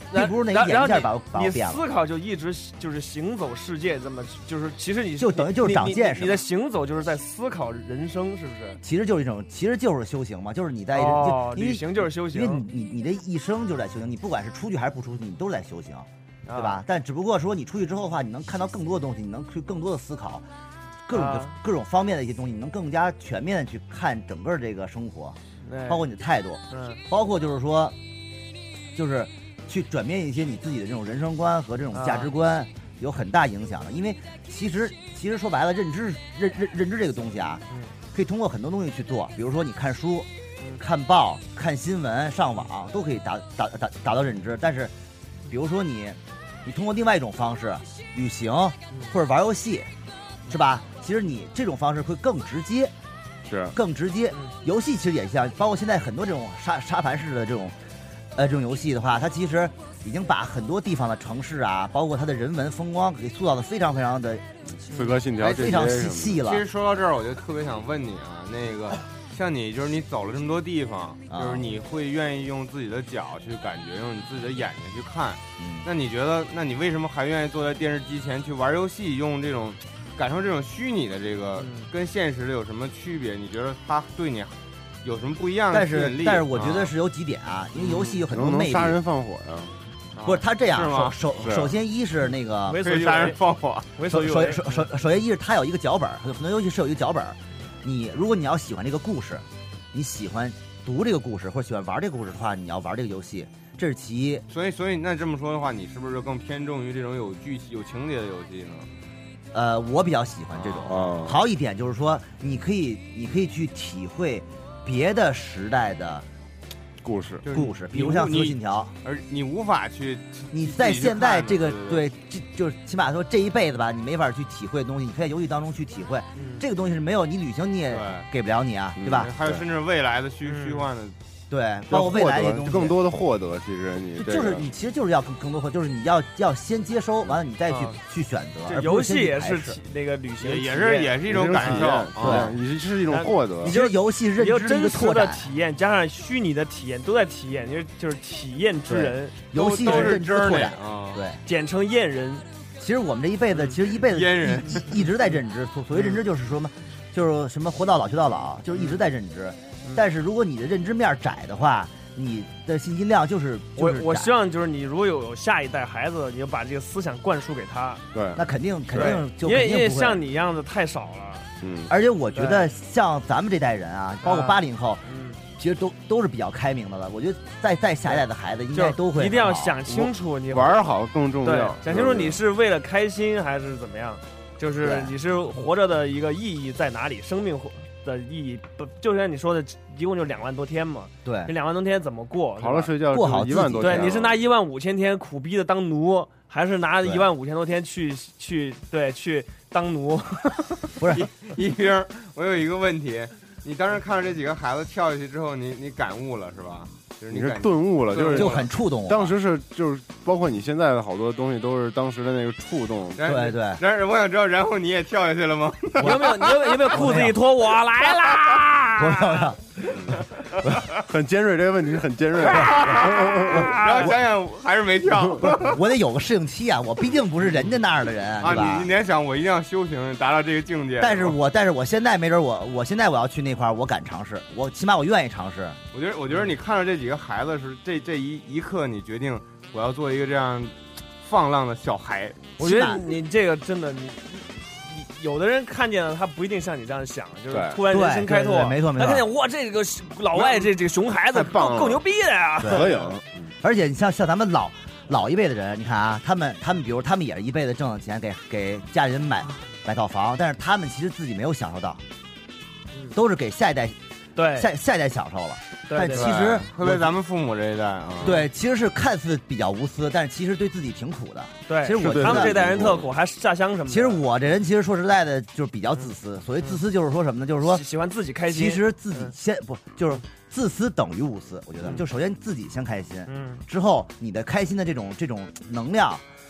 并不是那一眼一下把我变了。 你思考就一直就是行走世界，这么就是其实你就等于就是长见识。 你的行走就是在思考人生，是不是？ 其实就是修行嘛，就是你在旅行就是修行， 因为你这一生就是在修行，你不管是出去还是不出去，你都是在修行，对吧？但只不过说你出去之后的话，你能看到更多的东西，你能去更多的思考。各种方面的一些东西，你能更加全面的去看整个这个生活，包括你的态度，包括就是说，就是去转变一些你自己的这种人生观和这种价值观，有很大影响的。因为其实说白了，认知这个东西啊，可以通过很多东西去做，比如说你看书、看报、看新闻、上网都可以达到认知。但是，比如说你通过另外一种方式，旅行或者玩游戏，是吧？其实你这种方式会更直接，更直接。游戏其实也像，包括现在很多这种沙盘式的这种游戏的话，它其实已经把很多地方的城市啊，包括它的人文风光给塑造的非常非常的刺客信条非常细了。 其实说到这儿，我就特别想问你啊，那个像你就是你走了这么多地方，就是你会愿意用自己的脚去感觉，用你自己的眼睛去看。那你觉得，那你为什么还愿意坐在电视机前去玩游戏，用这种感受这种虚拟的这个跟现实的有什么区别？你觉得它对你有什么不一样的吸引力？ 但是我觉得是有几点啊，因为游戏有很多魅力。 杀人放火呀？ 不是，他这样首先一是那个为所杀人放火， 首先一是他有一个脚本，很多游戏是有一个脚本。如果你要喜欢这个故事，你喜欢读这个故事或者喜欢玩这个故事的话，你要玩这个游戏，这是其一。 所以那这么说的话，你是不是更偏重于这种有情节的游戏呢？ 我比较喜欢这种。好一点就是说，你可以去体会别的时代的故事， 比如像《刺客信条》， 而你无法去， 你在现在这个对，就是起码说这一辈子吧，你没法去体会的东西，你可以在游戏当中去体会。这个东西是没有你旅行你也给不了你啊，对吧？ 还有甚至未来的虚幻的。 对，包括未来这东西， 更多的获得，其实你其实就是要更多获，就是你要先接收，完了你再去选择。 游戏也是那个旅行， 也是一种感受， 对，也是一种获得。 你就是游戏认知真实的体验，加上虚拟的体验，都在体验，就是体验之人。 游戏是认知拓展，对， 简称验人。 其实我们这一辈子， 验人一直在认知。所谓认知就是说嘛，就是什么活到老学到老，就是一直在认知。但是如果你的认知面窄的话，你的信息量就是我希望就是你如果有下一代孩子，你就把这个思想灌输给他。 对， 那肯定就因为像你一样的太少了。 而且我觉得像咱们这代人啊，包括80后，其实都是比较开明的了。我觉得在下一代的孩子应该都会一定要想清楚，你玩好更重要。 想清楚你是为了开心还是怎么样，就是你是活着的一个意义在哪里，生命的意义不就像你说的，一共就2万多天嘛？ 对， 这2万多天怎么过？ 好了睡觉过好 1万多天。 对，你是拿15000天苦逼的当奴，还是拿15000多天去当奴？ 不是一冰，我有一个问题，你当时看到这几个孩子跳下去之后，你感悟了是吧？就是你是顿悟了， 就很触动我。 当时就是包括你现在的好多东西都是当时的那个触动。 对。 然后我想知道，然后你也跳下去了吗？ 你有没有裤子一脱，我来啦？ 很尖锐，这个问题是很尖锐。 然后想想还是没跳。 我得有个适应期啊，我毕竟不是人家那样的人啊。你联想，我一定要修行，达到这个境界。 但是我现在没准我现在我要去那块，我敢尝试，起码我愿意尝试。 我觉得你看到这几个孩子是这一刻，你决定我要做一个这样放浪的小孩。 我觉得你这个真的你有的人看见了，他不一定像你这样想，就是突然人生开拓， 没错。 他看见哇，这个老外这个熊孩子够牛逼的呀， 合影。 而且你像咱们老一辈的人，你看啊，他们比如他们也是一辈子挣的钱给家里人买套房，但是他们其实自己没有享受到，都是给下一代下一代享受了。但其实特别咱们父母这一代啊， 对，其实是看似比较无私，但是其实对自己挺苦的。 对， 其实他们这代人特苦，还下乡什么的。 其实我这人其实说实在的，就是比较自私。所谓自私，就是说什么呢？就是说喜欢自己开心。 其实自己就是自私等于无私。我觉得，就首先自己先开心，之后你的开心的这种能量，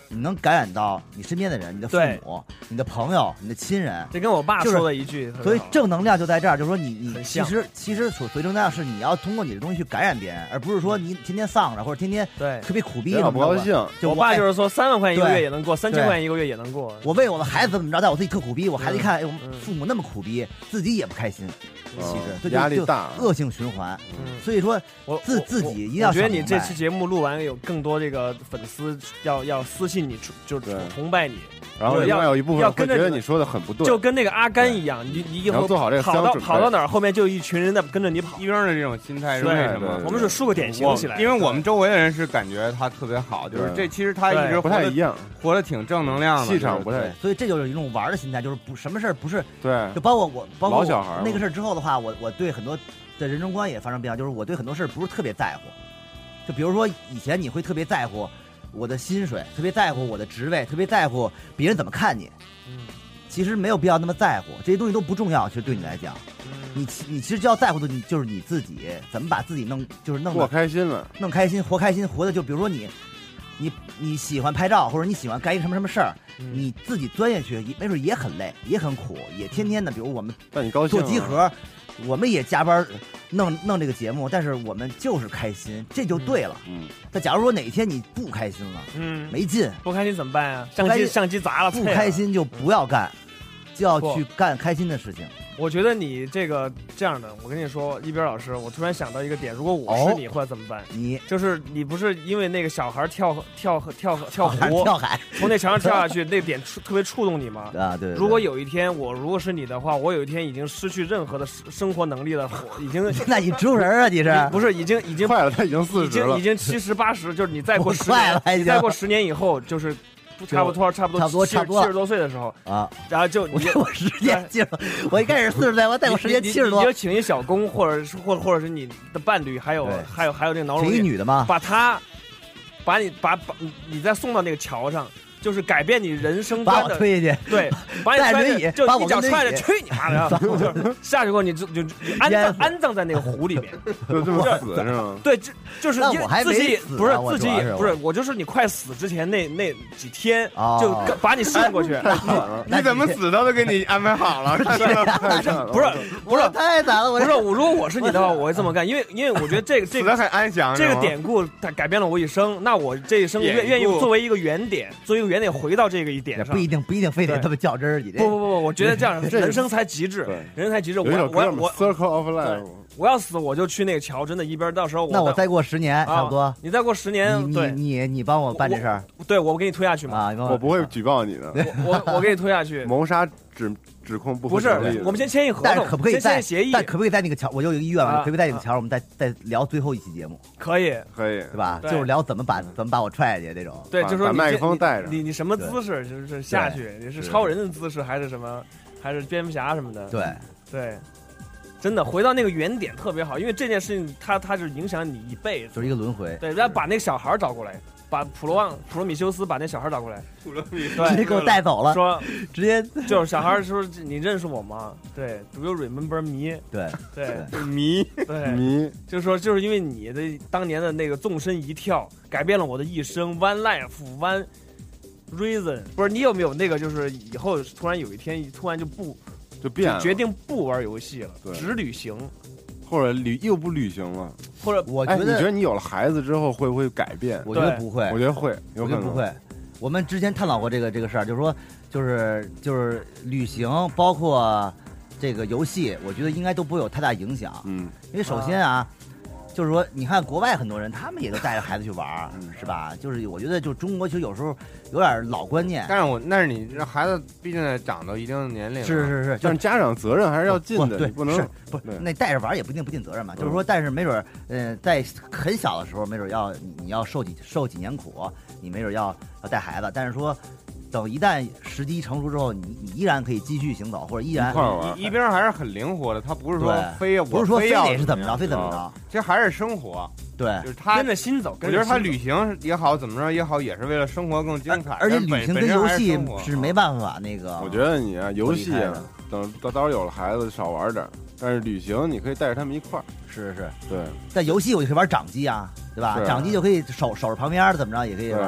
你能感染到你身边的人，你的父母、你的朋友、你的亲人。 这跟我爸说的一句， 所以正能量就在这儿，就是说你其实所谓正能量是你要通过你的东西去感染别人，而不是说你天天丧着或者天天特别苦逼什么的。 不高兴。 就我爸就是说3万块钱一个月也能过，3000块钱一个月也能过。 我为我的孩子怎么着，但我自己特苦逼，我孩子一看，哎，我父母那么苦逼，自己也不开心。其实压力大， 恶性循环。所以说，自己一定要。 我觉得你这期节目录完，有更多这个粉丝要私信你，就是崇拜你。 然后要有一部分会觉得你说的很不对， 就跟那个阿甘一样，你以后做好这个跑到哪儿，后面就一群人在跟着你跑。 一边的这种心态是为什么？ 我们是树个典型起来， 因为我们周围的人是感觉他特别好，就是这其实他一直不太一样， 活得挺正能量的， 气场不太。 所以这就是一种玩的心态，就是不什么事儿不是对， 就包括老小孩那个事儿之后的话，我对很多的人生观也发生变化，就是我对很多事儿不是特别在乎。就比如说以前你会特别在乎我的薪水，特别在乎我的职位，特别在乎别人怎么看你。其实没有必要那么在乎，这些东西都不重要。其实对你来讲，你其实就要在乎的就是你自己怎么把自己弄过开心了， 弄开心，活开心，活的就比如说你喜欢拍照，或者你喜欢干一个什么事儿，你自己钻下去，没准也很累，也很苦，也天天的，比如我们做集合，我们也加班弄这个节目，但是我们就是开心，这就对了。但假如说哪一天你不开心了，没劲， 不开心怎么办啊？相机砸了， 不开心就不要干，就要去干开心的事情。 我觉得你这样的，我跟你说，一边老师，我突然想到一个点，如果我是你，会怎么办？你不是因为那个小孩跳湖，从那墙上跳下去，那点特别触动你吗？ 啊，对。 如果有一天如果是你的话，我有一天已经失去任何的生活能力了，已经那你植物人啊？你是不是已经快了？他已经40了， 已经70、80，就是你再过10年，再过10年以后就是。差不多70多岁的时候啊， 然后就我10年记了，我一开始40岁，我再过10年70多， 你就请一小工，或者是你的伴侣，还有这个挠绒， 请一女的吗？ 把你再送到那个桥上。就是改变你人生观的， 把我推下去， 对，把你推下去， 就一脚踹着，去你妈的！就下去后你就安葬在那个湖里面， 就这么死是吗？ 对，就是我还自己不是自己不是我，就是你快死之前那几天，就把你送过去。 你怎么死都给你安排好了？ 不是太惨了， 不是如果我是你的话，我会这么干，因为我觉得这个很安详， 这个典故它改变了我一生，那我这一生愿意作为一个原点，原点回到这个一点上， 不一定非得这么较真儿。 不，我觉得这样人生才极致，人生才极致。我 Circle of Life， 我要死我就去那个桥，真的，一边到时候那我再过10年差不多。 你再过10年，对， 你帮我办这事儿， 对我给你推下去嘛。 我不会举报你的， 我给你推下去。 谋杀指控不是，我们先签一合同， 但是可不可以签协议？ 但可不可以在那个桥？我就有一个愿望，可不可以在那个桥上，我们再聊最后一期节目？ 可以， 对吧？就是聊怎么把我踹下去这种。 对，就说把麦克风带着， 你什么姿势？就是下去，你是超人的姿势还是什么？还是蝙蝠侠什么的？对，真的回到那个原点特别好，因为这件事情它是影响你一辈子， 就是一个轮回。 对，然后把那个小孩找过来。把普罗米修斯把那小孩找过来， 直接给我带走了， 说直接就是小孩说你认识我吗？对 ，Do you remember me？ 对， 迷， 就是因为你的当年的那个纵身一跳，改变了我的一生。One life, one reason。不是你有没有那个，就是以后突然有一天突然就变了， 决定不玩游戏了，只旅行。 或者又不旅行了， 或者我觉得， 你觉得你有了孩子之后会不会改变？ 我觉得不会， 我觉得会，有可能不会。我们之前探讨过这个事儿，就是说，就是旅行，包括这个游戏，我觉得应该都不会有太大影响。因为首先就是说，你看国外很多人，他们也都带着孩子去玩，是吧？就是我觉得，就中国其实有时候有点老观念。 但是那是你让孩子毕竟长到一定的年龄， 是， 就是家长责任还是要尽的， 对， 不能不那带着玩也不一定不尽责任嘛。就是说，但是没准在很小的时候，没准你要受几年苦，你没准要带孩子，但是说。等一旦时机成熟之后，你依然可以继续行走，或者依然一边还是很灵活的。他不是说不是说非得是怎么着，非怎么着， 这还是生活。 对， 就是他跟着心走。 我觉得他旅行也好，怎么着也好，也是为了生活更精彩。 而且旅行跟游戏是没办法那个。 我觉得你游戏等到时候有了孩子少玩点，但是旅行你可以带着他们一块儿。 是，对。 但游戏我就可以玩掌机啊，对吧？掌机就可以守着旁边怎么着也可以。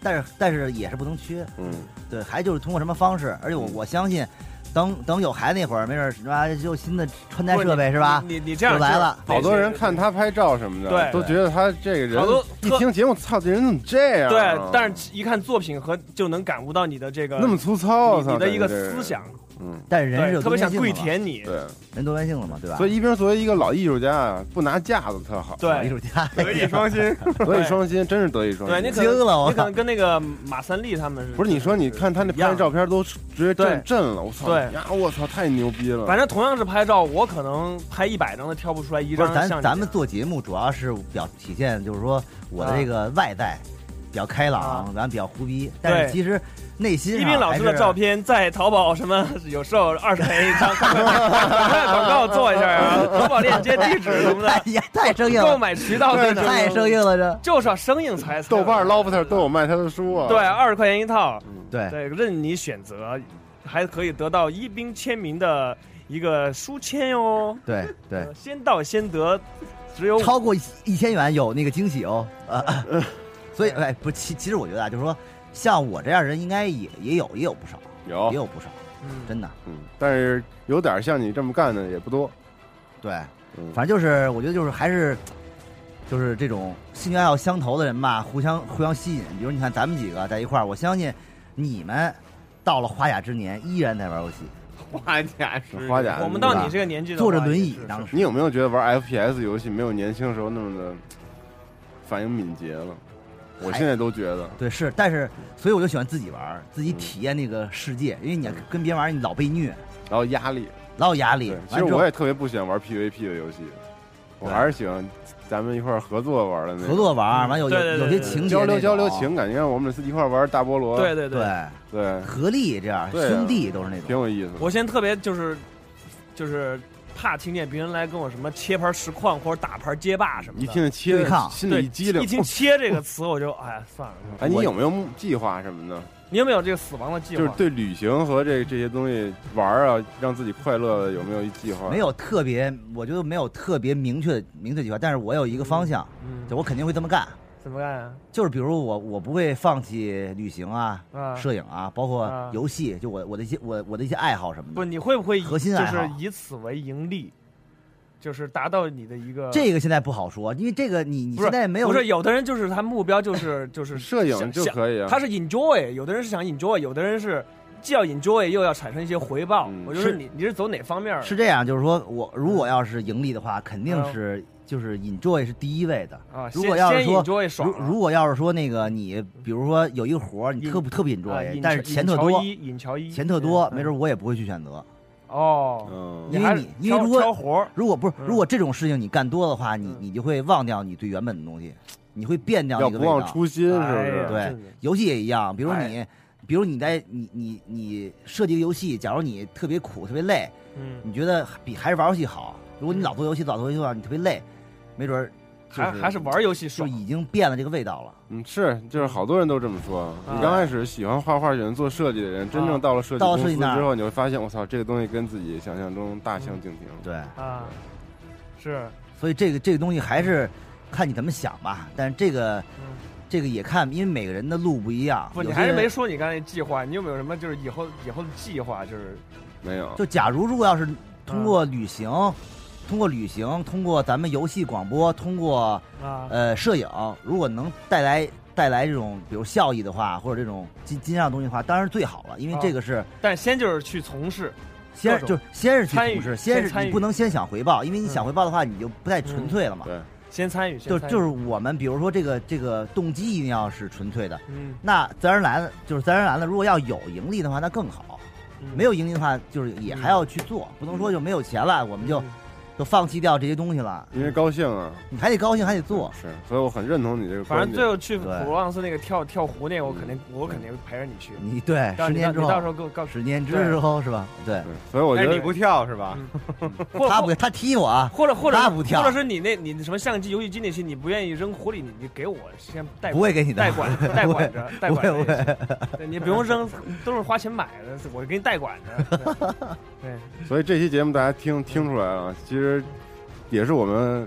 但是也是不能缺，对，还就是通过什么方式，而且我相信。等有孩子那会儿，没准是吧？就新的穿戴设备是吧？ 你这样就来了， 好多人看他拍照什么的， 对， 都觉得他这个人一听节目，操，这人怎么这样？ 对，但是一看作品和就能感悟到你的这个那么粗糙， 你的一个思想。 但是人是有特别想跪舔你， 对， 人多元性了嘛，对吧？ 所以一冰作为一个老艺术家啊，不拿架子特好， 对， 艺术家德艺双馨， 德艺双馨，真是德艺双馨。 对，你可能跟那个马三立他们是， 不是？你说你看他那拍照片都直接震了，我操！ 对呀，我操，太牛逼了。 反正同样是拍照，我可能拍100张都挑不出来一张像。 咱们做节目主要是体现，就是说我的这个外在比较开朗，咱比较胡逼，但是其实。内心一冰老师的照片在淘宝什么有售20块钱一张，广告做一下啊，淘宝链接地址什么的， 太生硬了， 购买渠道在哪？ 太生硬了，这就是要生硬才。 豆瓣、Lofter 都有卖他的书啊。 对，20块钱一套， 对， 任你选择，还可以得到一冰签名的一个书签哟。 对， 先到先得，只有超过1000元有那个惊喜哦。所以不，其实我觉得啊，就是说。像我这样人应该也有不少，也有不少，真的， 但是有点像你这么干的也不多， 对，反正就是我觉得就是还是就是这种兴趣爱好相投的人吧，互相吸引。比如你看咱们几个在一块儿，我相信你们到了花甲之年依然在玩游戏。 花甲， 我们到你这个年纪坐着轮椅当时， 你有没有觉得玩 FPS 游戏没有年轻时候那么的反应敏捷了？我现在都觉得对是，但是所以我就喜欢自己玩，自己体验那个世界，因为你跟别人玩你老被虐， 老有压力。 其实我也特别不喜欢玩 PVP 的游戏，我还是喜欢咱们一块儿合作玩的那种。 合作玩完有些情节交流情感。你看我们一块儿玩大菠萝， 对，合力这样兄弟都是那种， 挺有意思。 我现在特别就是怕听见别人来跟我什么切盘实况或者打盘街霸什么的， 一听见切心里一激灵， 一听切这个词我就哎算了。 哎，你有没有计划什么的？ 你有没有这个死亡的计划？ 就是对旅行和这些东西玩啊，让自己快乐的有没有一计划？ 没有特别，我觉得没有特别明确计划，但是我有一个方向，就我肯定会这么干。 怎么干啊？ 就是比如我不会放弃旅行啊、摄影啊，包括游戏，就我的一些爱好什么的。 不，你会不会核心爱好就是以此为盈利？就是达到你的一个， 这个现在不好说，因为这个你现在没有。 不是有的人就是他目标就是摄影就可以啊， 他是 enjoy， 有的人是想 enjoy， 有的人是既要 enjoy 又要产生一些回报。我就是你是走哪方面？ 是这样，就是说我如果要是盈利的话，肯定是就是 enjoy 是第一位的啊。 如果要是说 enjoy 爽， 如果要是说那个你比如说有一个活你特别 enjoy， 但是钱特多，钱特多，没准我也不会去选择。因为如果这种事情你干多的话，你就会忘掉你对原本的东西，你会变掉那个味道。 要不忘初心，是不是？ 对，游戏也一样。比如你在你设计个游戏，假如你特别苦特别累，你觉得还是玩游戏好。如果你老做游戏的话，你特别累，没准还是玩游戏爽， 就已经变了这个味道了。 就是好多人都这么说。你刚开始喜欢画画、喜欢做设计的人，真正到了设计公司之后，你会发现，我操，这个东西跟自己想象中大相径庭。 对是。 所以这个东西还是看你怎么想吧。但是这个也看，因为每个人的路不一样。 不，你还是没说你刚才计划，你有没有什么就是以后的计划？就是没有。 就假如要是通过旅行，通过咱们游戏广播，通过摄影，如果能带来这种比如效益的话，或者这种金上的东西的话，当然最好了，因为这个是。 但先就是去从事， 先是去从事，先是你不能先想回报，因为你想回报的话，你就不太纯粹了嘛。 对， 先参与。 就是我们比如说这个动机一定要是纯粹的，那自然而然的，如果要有盈利的话，那更好。没有盈利的话，就是也还要去做，不能说就没有钱了，我们就放弃掉这些东西了。 因为高兴啊， 你还得高兴，还得做。 是，所以我很认同你这个观点。 反正最后去普罗旺斯那个跳湖那个，我肯定陪着你去。 你对10年之后， 你到时候给我告 10年之后是吧？对， 所以我觉得你不跳是吧？ 他踢我， 或者他不跳， 或者是你什么相机、游戏机那些，你不愿意扔湖里，你给我先带， 不会给你代管着，你不用扔，都是花钱买的，我给你代管着。对， 所以这期节目大家听出来了，其实也是我们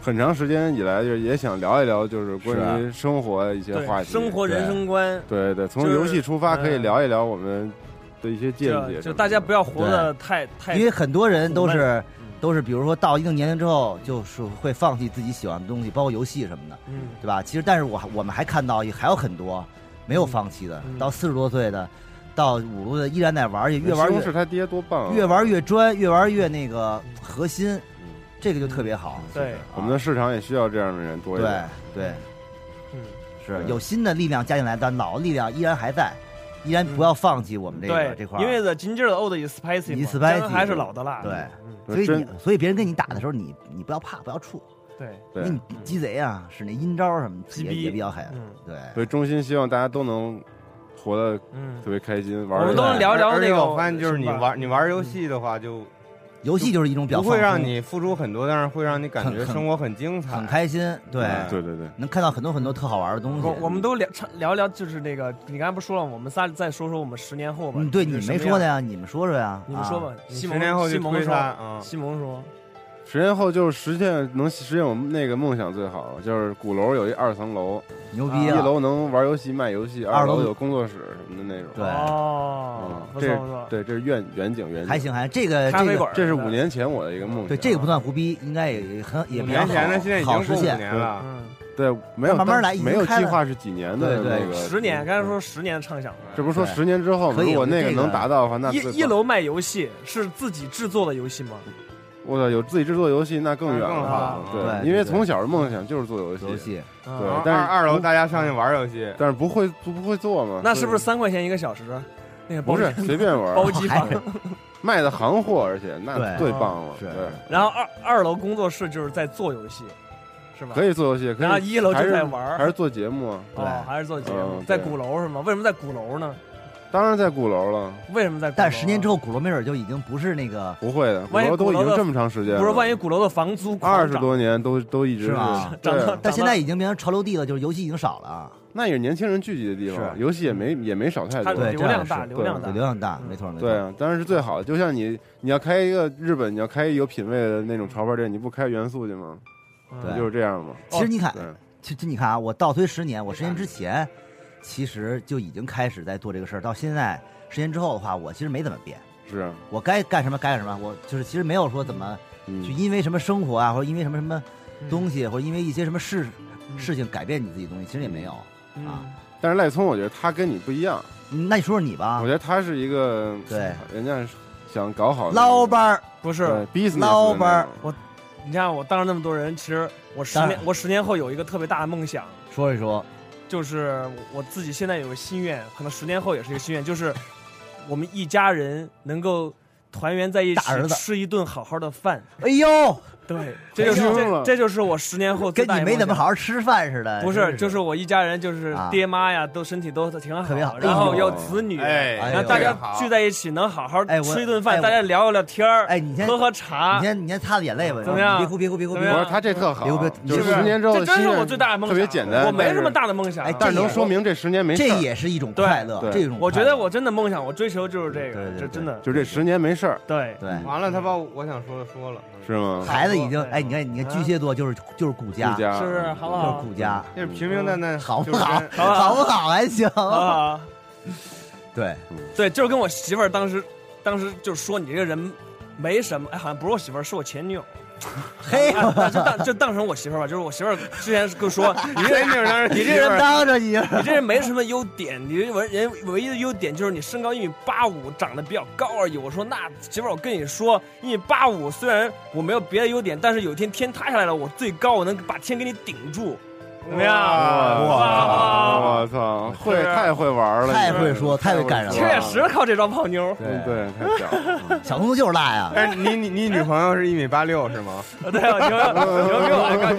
很长时间以来，就是也想聊一聊，就是关于生活的一些话题， 生活人生观。 对对，从游戏出发，可以聊一聊我们的一些见解。 就大家不要活得太， 因为很多人都是，比如说到一定年龄之后，就是会放弃自己喜欢的东西，包括游戏什么的，对吧？其实，但是我们还看到还有很多没有放弃的，到40多岁的，到50多岁依然在玩，也越玩越是他爹多棒， 越玩越专，越玩越那个核心，这个就特别好。 对， 我们的市场也需要这样的人多一点。 对，是有新的力量加进来，但老的力量依然还在。依然不要放弃我们这块， 因为 the ginger old is spicy， 还是老的辣。 对，所以别人跟你打的时候，你不要怕，不要怵。 对， 你鸡贼啊，使那阴招什么也比较狠。对， 所以衷心希望大家都能活得特别开心，玩。 我们都能聊聊那个。 我发现就是你玩游戏的话，就游戏就是一种表现， 不会让你付出很多，但是会让你感觉生活很精彩、 很开心。对，能看到很多很多特好玩的东西。 我们都聊聊，就是那个，你刚才不是说了，我们仨再说说我们10年后吧。 对，你没说的呀，你们说说呀。 你们说吧。 10年后就推他。 西蒙说 ，10年后就是能实现我们那个梦想最好，就是鼓楼有一2层楼， 牛逼啊！1 楼能玩游戏卖游戏，2楼有工作室什么的那种。 对， 不错不错。 对，这是远景。 还行，这个咖啡馆， 这是5年前我的一个梦想。 对，这个不算胡逼，应该也比较好。5年前的现在已经过5年了。 对，没有慢慢来， 没有计划是几年的那个 10年，刚才说10年的畅想。 这不是说10年之后吗？如果那个能达到的话，那 1楼卖游戏是自己制作的游戏吗？ 我操，有自己制作游戏那更远了。 对， 因为从小的梦想就是做游戏。对，但是 2楼大家上去玩游戏， 但是不会做嘛？ 那是不是3块钱1个小时？那个不是随便玩， 包机房卖的行货，而且那最棒了。对， 然后2楼工作室就是在做游戏。是吧？ 可以做游戏， 然后1楼就在玩， 还是做节目啊？ 对，还是做节目，在鼓楼是吗？为什么在鼓楼呢？ 当然在鼓楼了。 为什么在鼓楼？ 但10年之后，鼓楼没准就已经不是那个。 不会的，鼓楼都已经这么长时间了。 不是，万一鼓楼的房租 20多年都一直是吧？但现在已经变成潮流地了，就是游戏已经少了。 那也是年轻人聚集的地方，游戏也没少太多。 对， 流量大， 流量大，没错。 对啊，当然是最好的。就像你要开一个日本，你要开有品位的那种潮牌店，你不开元素去吗？对，就是这样嘛。 其实你看，你看啊，我倒推10年，我10年之前其实就已经开始在做这个事儿，到现在10年之后的话，我其实没怎么变。 是， 我该干什么干什么，我就是其实没有说怎么去因为什么生活啊，或者因为什么东西，或者因为一些什么事情改变你自己的东西，其实也没有啊。 但是赖聪，我觉得他跟你不一样。 那你说说你吧。 我觉得他是一个对， 人家想搞好老板不是老板你看我当着那么多人，其实我10年后有一个特别大的梦想， 说一说， 就是我自己现在有个心愿，可能10年后也是一个心愿，就是我们一家人能够团圆在一起，吃一顿好好的饭。 哎呦， 对，这就是我10年后跟你没怎么好好吃饭似的。 不是，就是我一家人，就是爹妈呀，都身体都挺好， 特别好， 然后有子女，然后大家聚在一起能好好吃一顿饭，大家聊聊天儿， 你先喝喝茶， 你先擦擦眼泪吧， 怎么样？ 别哭！ 不是他这特好， 就是 10年之后， 这真是我最大的梦想， 特别简单， 我没什么大的梦想， 但能说明这10年没事， 这也是一种快乐，这种我觉得我真的梦想，我追求就是这个，这真的就这10年没事儿， 对。 完了，他把我想说的说了， 是吗？ 孩子已经你看巨蟹座就是顾家， 是不是？好不好？ 就是顾家， 就是平平淡淡， 好不好？好不好？还行， 好。 对， 就是跟我媳妇儿当时就说你这个人没什么，好像不是我媳妇儿，是我前女友。 嘿， 就当成我媳妇儿吧，就是我媳妇儿之前跟我说，你这人当着你这人没什么优点，你人唯一的优点就是你身高1.85米，长得比较高而已。我说那媳妇儿，我跟你说，1.85米虽然我没有别的优点，但是有一天天塌下来了，我最高，我能把天给你顶住。怎么样？ 我操，太会玩了， 太会说，太会感人了。 确实靠这招泡妞。 对，太屌。 小公子就是辣呀。 但是你女朋友是1.86米是吗？ 对啊，你比我高，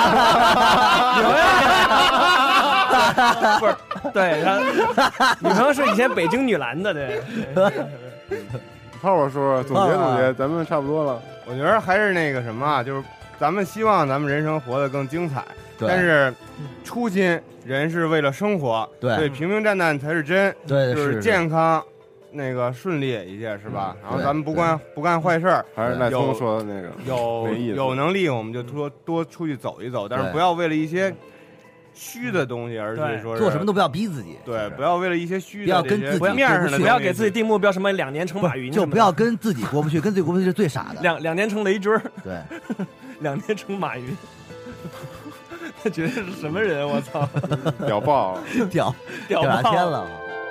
不是，对他女朋友是以前北京女篮的，对。 泡泡说总结，咱们差不多了。 我觉得还是那个什么，就是咱们希望咱们人生活得更精彩。但是初心，人是为了生活，对，平平淡淡才是真， 对， 就是健康， 那个顺利一些，是吧？然后咱们不干坏事儿， 还是赖聪说的那个， 有能力我们就多出去走一走，但是不要为了一些虚的东西，而且说做什么都不要逼自己。 对，不要为了一些虚的， 不要跟自己面上的， 不要给自己定目标，什么2年成马云， 就不要跟自己过不去，跟自己过不去是最傻的。 两年成雷军， 对 ，2年成马云。他觉得是什么人？我操， 屌爆了， 屌炸天了！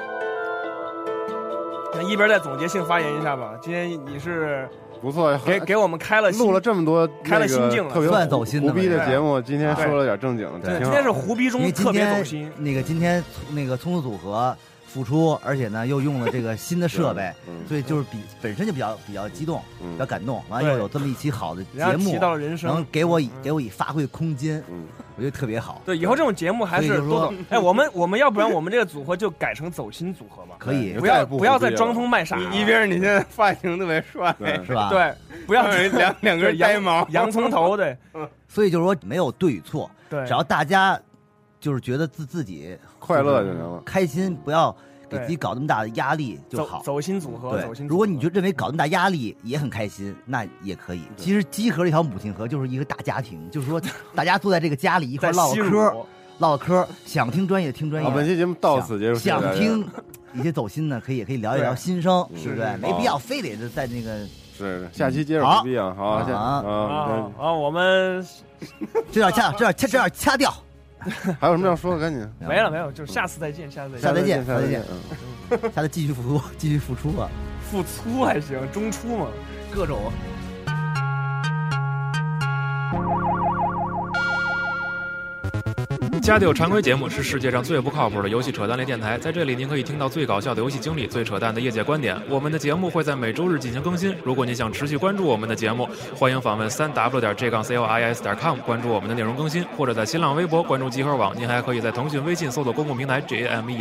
那一边再总结性发言一下吧。今天你是不错， 给我们录了这么多开了心境了， 特别算走心胡逼的节目。今天说了点正经的， 对，今天是胡逼中特别走心。 今天那个聪聪组合复出，而且呢又用了这个新的设备，所以就是本身就比较激动，比较感动。完了又有这么一期好的节目， 提到了人生， 能给我以发挥空间，我觉得特别好。 对，以后这种节目还是多走。哎，我们要不然我们这个组合就改成走心组合吧？ 可以， 不要再装疯卖傻。 一边你现在发型特别帅， 是吧？ 对，不要两根呆毛， 洋葱头，对。 所以就是说没有对与错， 对， 只要大家就是觉得自己快乐就行了， 开心，不要给自己搞那么大的压力就好。 走心组合， 对。如果你就认为搞那么大压力也很开心，那也可以。其实集合这条母亲河就是一个大家庭，就是说大家坐在这个家里一块唠嗑，想听专业听专业。 本期节目到此结束。 想听一些走心呢，可以聊一聊心声，是不是？没必要非得在那个。 是，下期接着胡逼啊！ 好，我们这点掐掉。 还有什么要说的？赶紧。 没了，就下次再见，下次再见。下次继续复出啊！ 复出还行，中出嘛， 各种。 家里有常规节目是世界上最不靠谱的游戏扯淡类电台，在这里您可以听到最搞笑的游戏经历、最扯淡的业界观点。我们的节目会在每周日进行更新。如果您想持续关注我们的节目，欢迎访问3w.j-cois.com 关注我们的内容更新，或者在新浪微博关注集合网。您还可以在腾讯微信搜索公共平台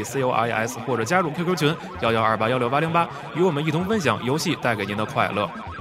JAMECOIS， 或者加入 QQ 群1128168088，与我们一同分享游戏带给您的快乐。